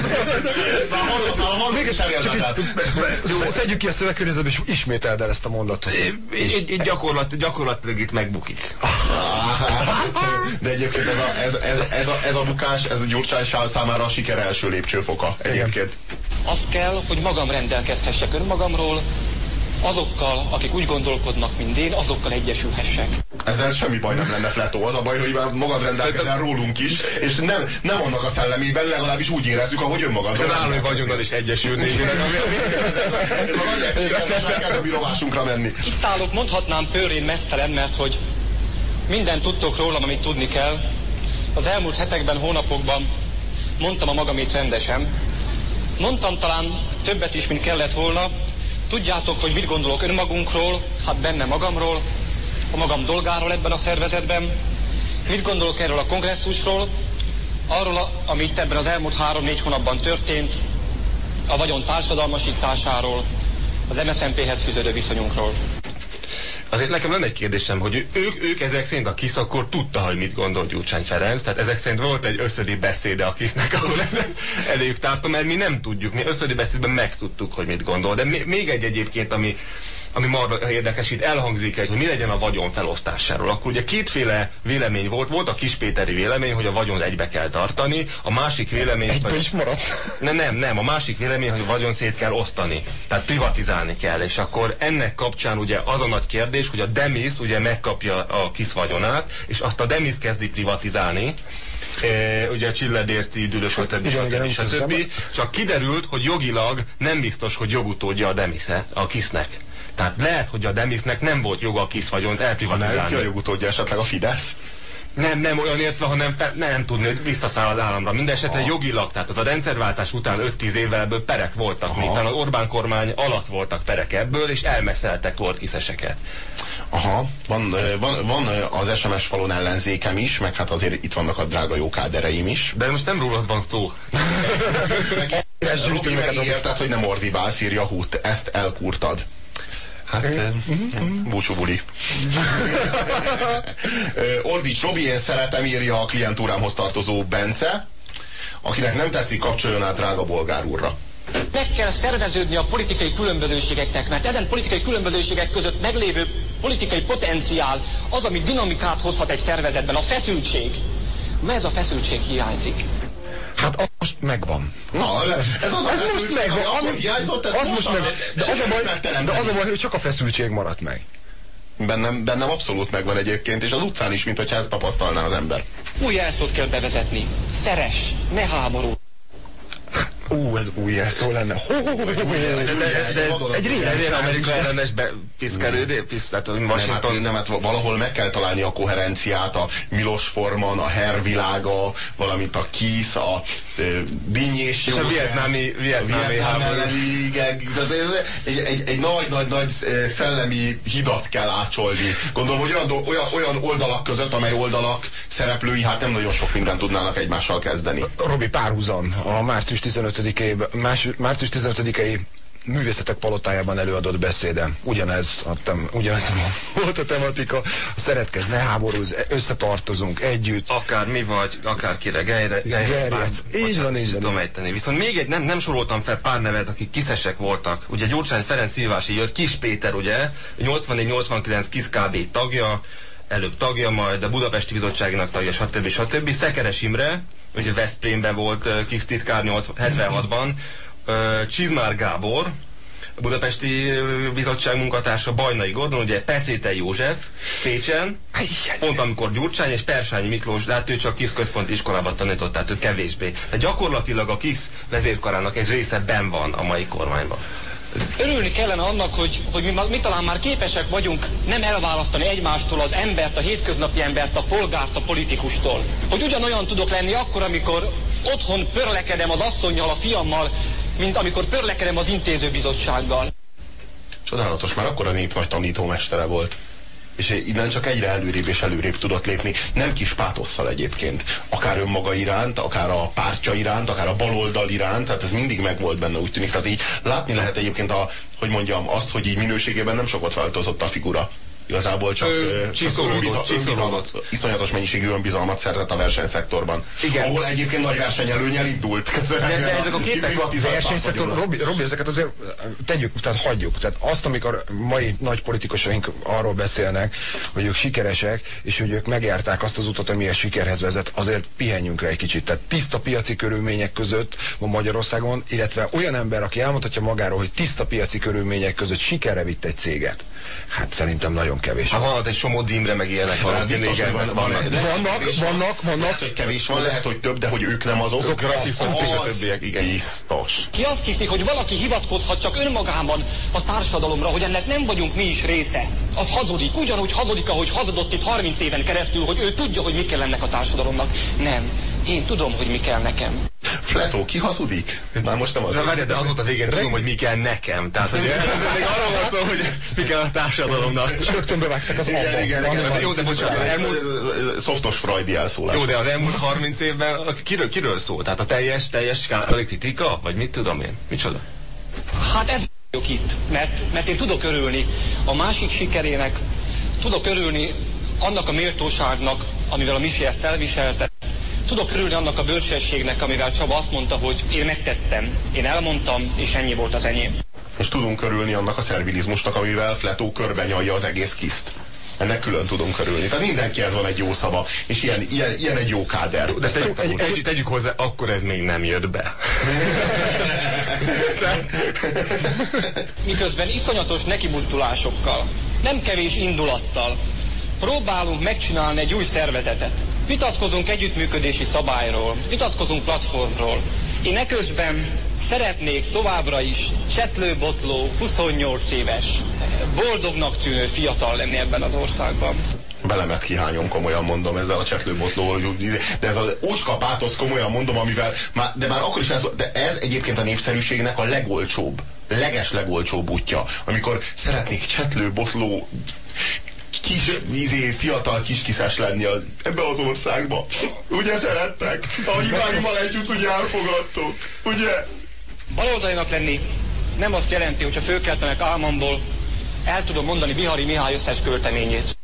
Ezt tegyük ki a szövegkörnyezetbe, és ismételd el ezt a mondatot. Gyakorlat, gyakorlatilag itt megbukik. De egyébként ez a, ez, ez, ez, a, ez a bukás, ez a Gyurcsány számára a siker első lépcsőfoka egyébként. Az kell, hogy magam rendelkezhessek önmagamról, azokkal, akik úgy gondolkodnak, mint én, azokkal egyesülhessek. Ezzel semmi baj nem lenne, Fletó. Az a baj, hogy már magad rendelkezel rólunk is, és nem, nem annak a szellemében, legalábbis úgy érezzük, ahogy önmagad. És az állami vagyonnal is egyesülni. Ez a nagy egységesnek kell a mi rovásunkra menni. Itt állok, mondhatnám pőrén meztelen, mert hogy mindent tudtok rólam, amit tudni kell. Az elmúlt hetekben, hónapokban mondtam a magamét rendesen. Mondtam talán többet is, mint kellett volna. Tudjátok, hogy mit gondolok önmagunkról, hát benne magamról, a magam dolgáról ebben a szervezetben. Mit gondolok erről a kongresszusról, arról, a, amit ebben az elmúlt három-négy hónapban történt, a vagyon társadalmasításáról, az em es zé em pé-hez fűződő viszonyunkról. Azért nekem lenne egy kérdésem, hogy ők, ők ezek szerint a KISZ akkor tudta, hogy mit gondol Gyurcsány Ferenc, tehát ezek szerint volt egy összödi beszéde a KISZ-nek, ahol ez, ez eléjük tárta, mert mi nem tudjuk, mi összödi beszédben megtudtuk, hogy mit gondol. De még egy egyébként, ami ami marra érdekes, itt elhangzik egy, hogy mi legyen a vagyon felosztásáról. Akkor ugye kétféle vélemény volt. Volt a kispéteri vélemény, hogy a vagyon egybe kell tartani, a másik vélemény... Egybe vagy, is maradt? Nem, nem, nem, a másik vélemény, hogy a vagyon szét kell osztani. Tehát privatizálni kell, és akkor ennek kapcsán ugye az a nagy kérdés, hogy a Demis ugye megkapja a KISZ vagyonát, és azt a Demis kezdi privatizálni, e, ugye a Csilledérci üdülő, stb. stb. Csak kiderült, hogy jogilag nem biztos, hogy jogutódja a Demise, a KISZ-nek. Tehát lehet, hogy a Demisnek nem volt joga a KISZ vagyont elprivatizálni. Ha nem, ki a jogutódja, esetleg a Fidesz? Nem, nem olyan értve, hanem nem, nem tudni, hogy visszaszáll az államra. Mindenesetre jogilag, tehát az a rendszerváltás után öt-tíz évvel ebből perek voltak, még talán az Orbán kormány alatt voltak perek ebből, és elmeszeltek volt kiszeseket. Aha, van, van, van az es em es falon ellenzékem is, meg hát azért itt vannak a drága jó kádereim is. De most nem rólad van szó. Robi megígérted, hogy nem ordibálsz, írja Hut. Ezt elkurtad. Hát, búcsú buli. Ordíts Robi, én szeretem, írja a klientúrámhoz tartozó Bence, akinek nem tetszik, kapcsoljon át drága bolgár úrra. Meg kell szerveződni a politikai különbözőségeknek, mert ezen politikai különbözőségek között meglévő politikai potenciál az, ami dinamikát hozhat egy szervezetben, a feszültség. Mert ez a feszültség hiányzik. Hát az most megvan. Na, ez az a ez feszültség, most megvan. ami akkor hiányzott, ez az most most meg, de, az a baj, de az a baj, hogy csak a feszültség maradt meg. Bennem, bennem abszolút megvan egyébként, és az utcán is, mint hogyha ezt tapasztalná az ember. Új jelszót kell bevezetni. Szeress, ne háború. Ú, ez új jelszó lenne. Egy régen Amerika ellenes piszkelődés, piszkelt Washington. Nem, hát valahol meg kell találni a koherenciát, a Milos Forman, a Herr világa, valamint a KISZ, a Dinnyés és a vietnámi, vietnámi háború. Egy nagy-nagy-nagy szellemi hidat kell ácsolni. Gondolom, hogy olyan, olyan, olyan oldalak között, amely oldalak szereplői hát nem nagyon sok mindent tudnának egymással kezdeni. Robi, párhuzam a március tizenötödikei március tizenötödikei Művészetek Palotájában előadott beszédem. Ugyanez, adtam, ugyanez volt a tematika. Szeretkezz, ne háborúzz, összetartozunk együtt. Akár mi vagy, akár kire, gejre, gejre. Így van, így van. Viszont még egy, nem, nem soroltam fel pár nevet, akik kiszesek voltak. Ugye Gyurcsány Ferenc Szilvási jött, Kis Péter, ugye, nyolcvannégy nyolcvankilenc KISZ kb. Tagja, előbb tagja, majd a Budapesti Bizottságnak tagja, stb. stb. Szekeres Imre, ugye Veszprémben volt KISZ titkár hetvenhatban, Csizmár Gábor, a Budapesti Bizottság munkatársa, Bajnai Gordon, ugye Petrétei József, Pécsen, pont amikor Gyurcsány és Persányi Miklós, de hát ő csak KISZ központi iskolában tanított, tehát ő kevésbé. De gyakorlatilag a KISZ vezérkarának egy része benn van a mai kormányban. Örülni kellene annak, hogy, hogy mi, mi talán már képesek vagyunk nem elválasztani egymástól az embert, a hétköznapi embert, a polgárt, a politikustól. Hogy ugyanolyan tudok lenni akkor, amikor otthon pörlekedem az asszonnyal, a fiammal, mint amikor pörlekedem az intézőbizottsággal. Csodálatos, már akkor a nép nagy tanítómestere volt. És innen csak egyre előrébb és előrébb tudott lépni, nem kis pátosszal egyébként. Akár önmaga iránt, akár a pártja iránt, akár a baloldal iránt, tehát ez mindig megvolt benne, úgy tűnik. Tehát így látni lehet egyébként, a, hogy mondjam, azt, hogy így minőségében nem sokat változott a figura. Igazából csak, Ö, csak önbizal, önbizalmat, iszonyatos mennyiségű önbizalmat szerzett a versenyszektorban. Igen. Ahol egyébként nagy versenyelőnyel indult. De, de ezek a képek a versenyszektor, Robi, Robi, ezeket azért tegyük, tehát hagyjuk. Tehát azt, amikor mai nagy politikusaink arról beszélnek, hogy ők sikeresek, és hogy ők megjárták azt az utat, ami a sikerhez vezet, azért pihenjünk rá egy kicsit. Tehát tiszta piaci körülmények között van Magyarországon, illetve olyan ember, aki elmondhatja magáról, hogy tiszta piaci körülmények között sikerre vitt egy céget. Hát szerintem nagyon kevés. Ha van ott egy Somó Dimre, meg ilyenek valószínűleg. Van, van, vannak, vannak, vannak, vannak. Lehet, hogy kevés van, lehet, hogy több, de hogy ők nem azok. Azok rasszisták és a többiek, igen. Biztos. Ki azt hiszi, hogy valaki hivatkozhat csak önmagában a társadalomra, hogy ennek nem vagyunk mi is része, az hazudik. Ugyanúgy hazudik, ahogy hazudott itt harminc éven keresztül, hogy ő tudja, hogy mi kell ennek a társadalomnak. Nem. Én tudom, hogy mi kell nekem. Fletó, ki hazudik? Már most nem az. De várjál, de az volt a végén, tudom, hogy mi kell nekem. Tehát, hogy még arról van szó, hogy mi kell a társadalomnak. És rögtön bevágták az igen, igen, igen. Jó, de bocsánat, elmúlt... Szoftos freudi elszólás. Jó, de az elmúlt harminc évben kiről, kiről szól? Tehát a teljes, teljes skálai kritika? Vagy mit tudom én? Micsoda? Hát ez vagyok itt, mert, mert én tudok örülni a másik sikerének, tudok örülni annak a méltóságnak, amivel a Misi ezt elviselte. Tudok örülni annak a bölcsességnek, amivel Csaba azt mondta, hogy én megtettem, én elmondtam, és ennyi volt az enyém. És tudunk örülni annak a szervilizmusnak, amivel Fletó körben nyalja az egész kiszt. Ennek külön tudunk örülni. Tehát mindenkihez van egy jó szava, és ilyen, ilyen, ilyen egy jó káder. De tegyük, egy, egy, tegyük hozzá, akkor ez még nem jött be. Miközben iszonyatos nekimozdulásokkal, nem kevés indulattal próbálunk megcsinálni egy új szervezetet. Vitatkozunk együttműködési szabályról, vitatkozunk platformról. Én eközben szeretnék továbbra is csetlőbotló, huszonnyolc éves, boldognak tűnő fiatal lenni ebben az országban. Belemet kihányom, komolyan mondom, ezzel a csetlőbotló, de ez az ócska pátosz, komolyan mondom, amivel, már, de már akkor is ez, de ez egyébként a népszerűségnek a legolcsóbb, leges legolcsóbb útja, amikor szeretnék csetlőbotló, kis, vízé, fiatal kiskiszes lenni az, ebbe az országba. Ugye szerettek? A hibáimmal együtt ugye elfogadtok, ugye? Baloldalinak lenni nem azt jelenti, hogyha fölkeltenek álmomból, el tudom mondani Bihari Mihály összes költeményét.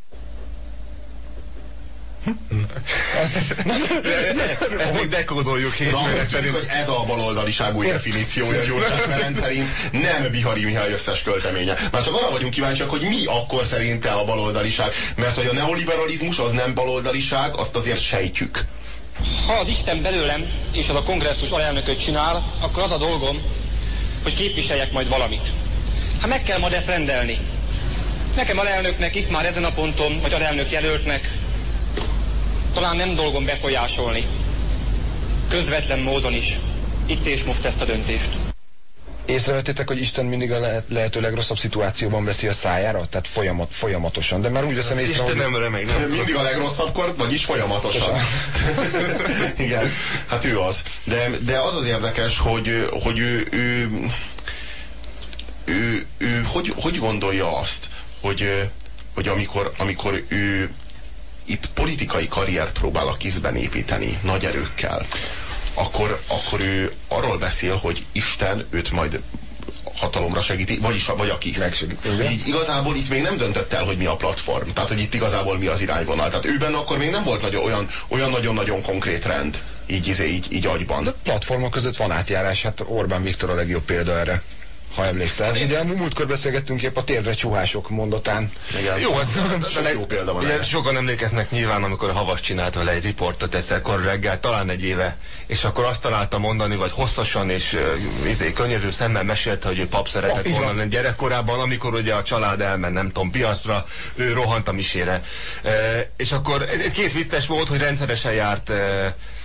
Ezt még dekódoljuk hét szerint. Hogy ez a baloldaliság új definíciója Gyurcsány Ferenc szerint, nem Bihari Mihály összes költeménye. Már csak arra vagyunk kíváncsiak, hogy mi akkor szerinte a baloldaliság. Mert hogy a neoliberalizmus az nem baloldaliság, azt azért sejtjük. Ha az Isten belőlem és az a kongresszus alelnököt csinál, akkor az a dolgom, hogy képviseljek majd valamit. Hát meg kell majd ezt rendelni. Nekem alelnöknek itt már ezen a ponton, vagy alelnök jelöltnek talán nem dolgom befolyásolni. Közvetlen módon is. Itt és most ezt a döntést. Észrevettétek, hogy Isten mindig a lehet, lehető legrosszabb szituációban veszi a szájára? Tehát folyamat, folyamatosan. De már úgy veszem észre, Isten nem remeg, nem mindig a legrosszabbkor, vagyis folyamatosan. Igen, hát ő az. De, de az az érdekes, hogy, hogy ő, ő, ő, ő hogy, hogy gondolja azt, hogy, hogy amikor, amikor ő itt politikai karriert próbál a kézben építeni nagy erőkkel, akkor, akkor ő arról beszél, hogy Isten őt majd hatalomra segíti, vagyis vagy a KISZ. Így igazából itt még nem döntött el, hogy mi a platform. Tehát, hogy itt igazából mi az irányvonal. Tehát őben akkor még nem volt nagyon, olyan, olyan nagyon-nagyon konkrét rend így, így, így, így agyban. De platformok között van átjárás, hát Orbán Viktor a legjobb példa erre. Ha emlékszel. Ugye a múltkor beszélgettünk épp a térdre csuhások mondatán. Igen. Jó, hát sok jó példa van. Ugye, sokan emlékeznek nyilván, amikor a Havas csinált vele egy riportot egyszer kor reggel, talán egy éve, és akkor azt találta mondani, vagy hosszasan és uh, izé, könnyező szemmel mesélte, hogy ő pap szeretett oh, volna gyerekkorában, amikor ugye a család elment, nem tudom, piacra, ő rohant a misére. Uh, és akkor két vicces volt, hogy rendszeresen járt uh,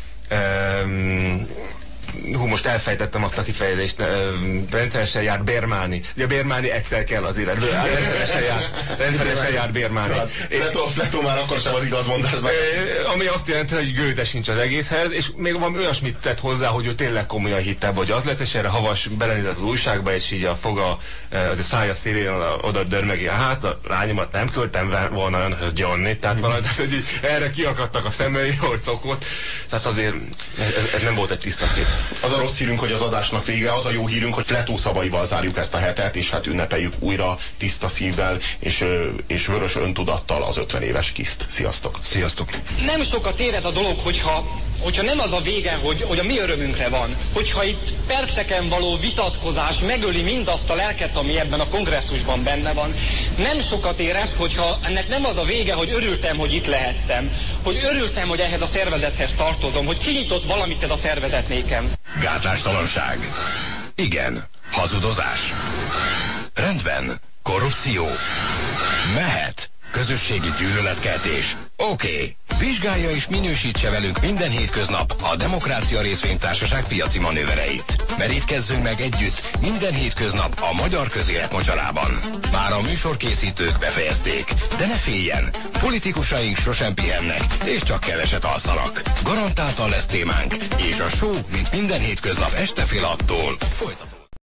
um, hú, most elfejtettem azt a kifejezést, rendszeresen jár bérmálni. Ugye bérmálni egyszer kell az életből. Rendszeresen jár, rendszeresen jár bérmálni. Fletó már akkor sem az igazmondásnak. Ami azt jelenti, hogy gőze sincs az egészhez, és még van olyasmit tett hozzá, hogy ő tényleg komolyan hitte, hogy az lett, és erre Havas belenézett az újságba, és így a foga, az a szája szélén oda dörmegi, hát a lányomat nem küldtem volna önhöz gyonni, tehát valami, tehát, hogy erre kiakadtak a szemei, hogy szokott. Tehát azért ez, ez nem volt egy tiszta kép. Az a rossz hírünk, hogy az adásnak vége, az a jó hírünk, hogy Fletó szavaival zárjuk ezt a hetet, és hát ünnepeljük újra tiszta szívvel és, és vörös öntudattal az ötven éves KISZ-t. Sziasztok! Sziasztok! Nem sokat ér ez a dolog, hogyha, hogyha nem az a vége, hogy, hogy a mi örömünkre van. Hogyha itt perceken való vitatkozás megöli mindazt a lelket, ami ebben a kongresszusban benne van. Nem sokat ér ez, hogyha ennek nem az a vége, hogy örültem, hogy itt lehettem. Hogy örültem, hogy ehhez a szervezethez tartozom. Hogy kinyitott valamit ez a szervezet nékem. Gátlástalanság. Igen. Hazudozás. Rendben. Korrupció. Mehet. Közösségi gyűlöletkeltés. Oké. Okay. Vizsgálja és minősítse velünk minden hétköznap a Demokrácia Részvénytársaság piaci manővereit. Merítkezzünk meg együtt minden hétköznap a magyar közélet mocsarában. Már a műsorkészítők befejezték, de ne féljen, politikusaink sosem pihennek, és csak keveset alszanak. Garantáltan lesz témánk, és a show, mint minden hétköznap este fél attól folytatódik.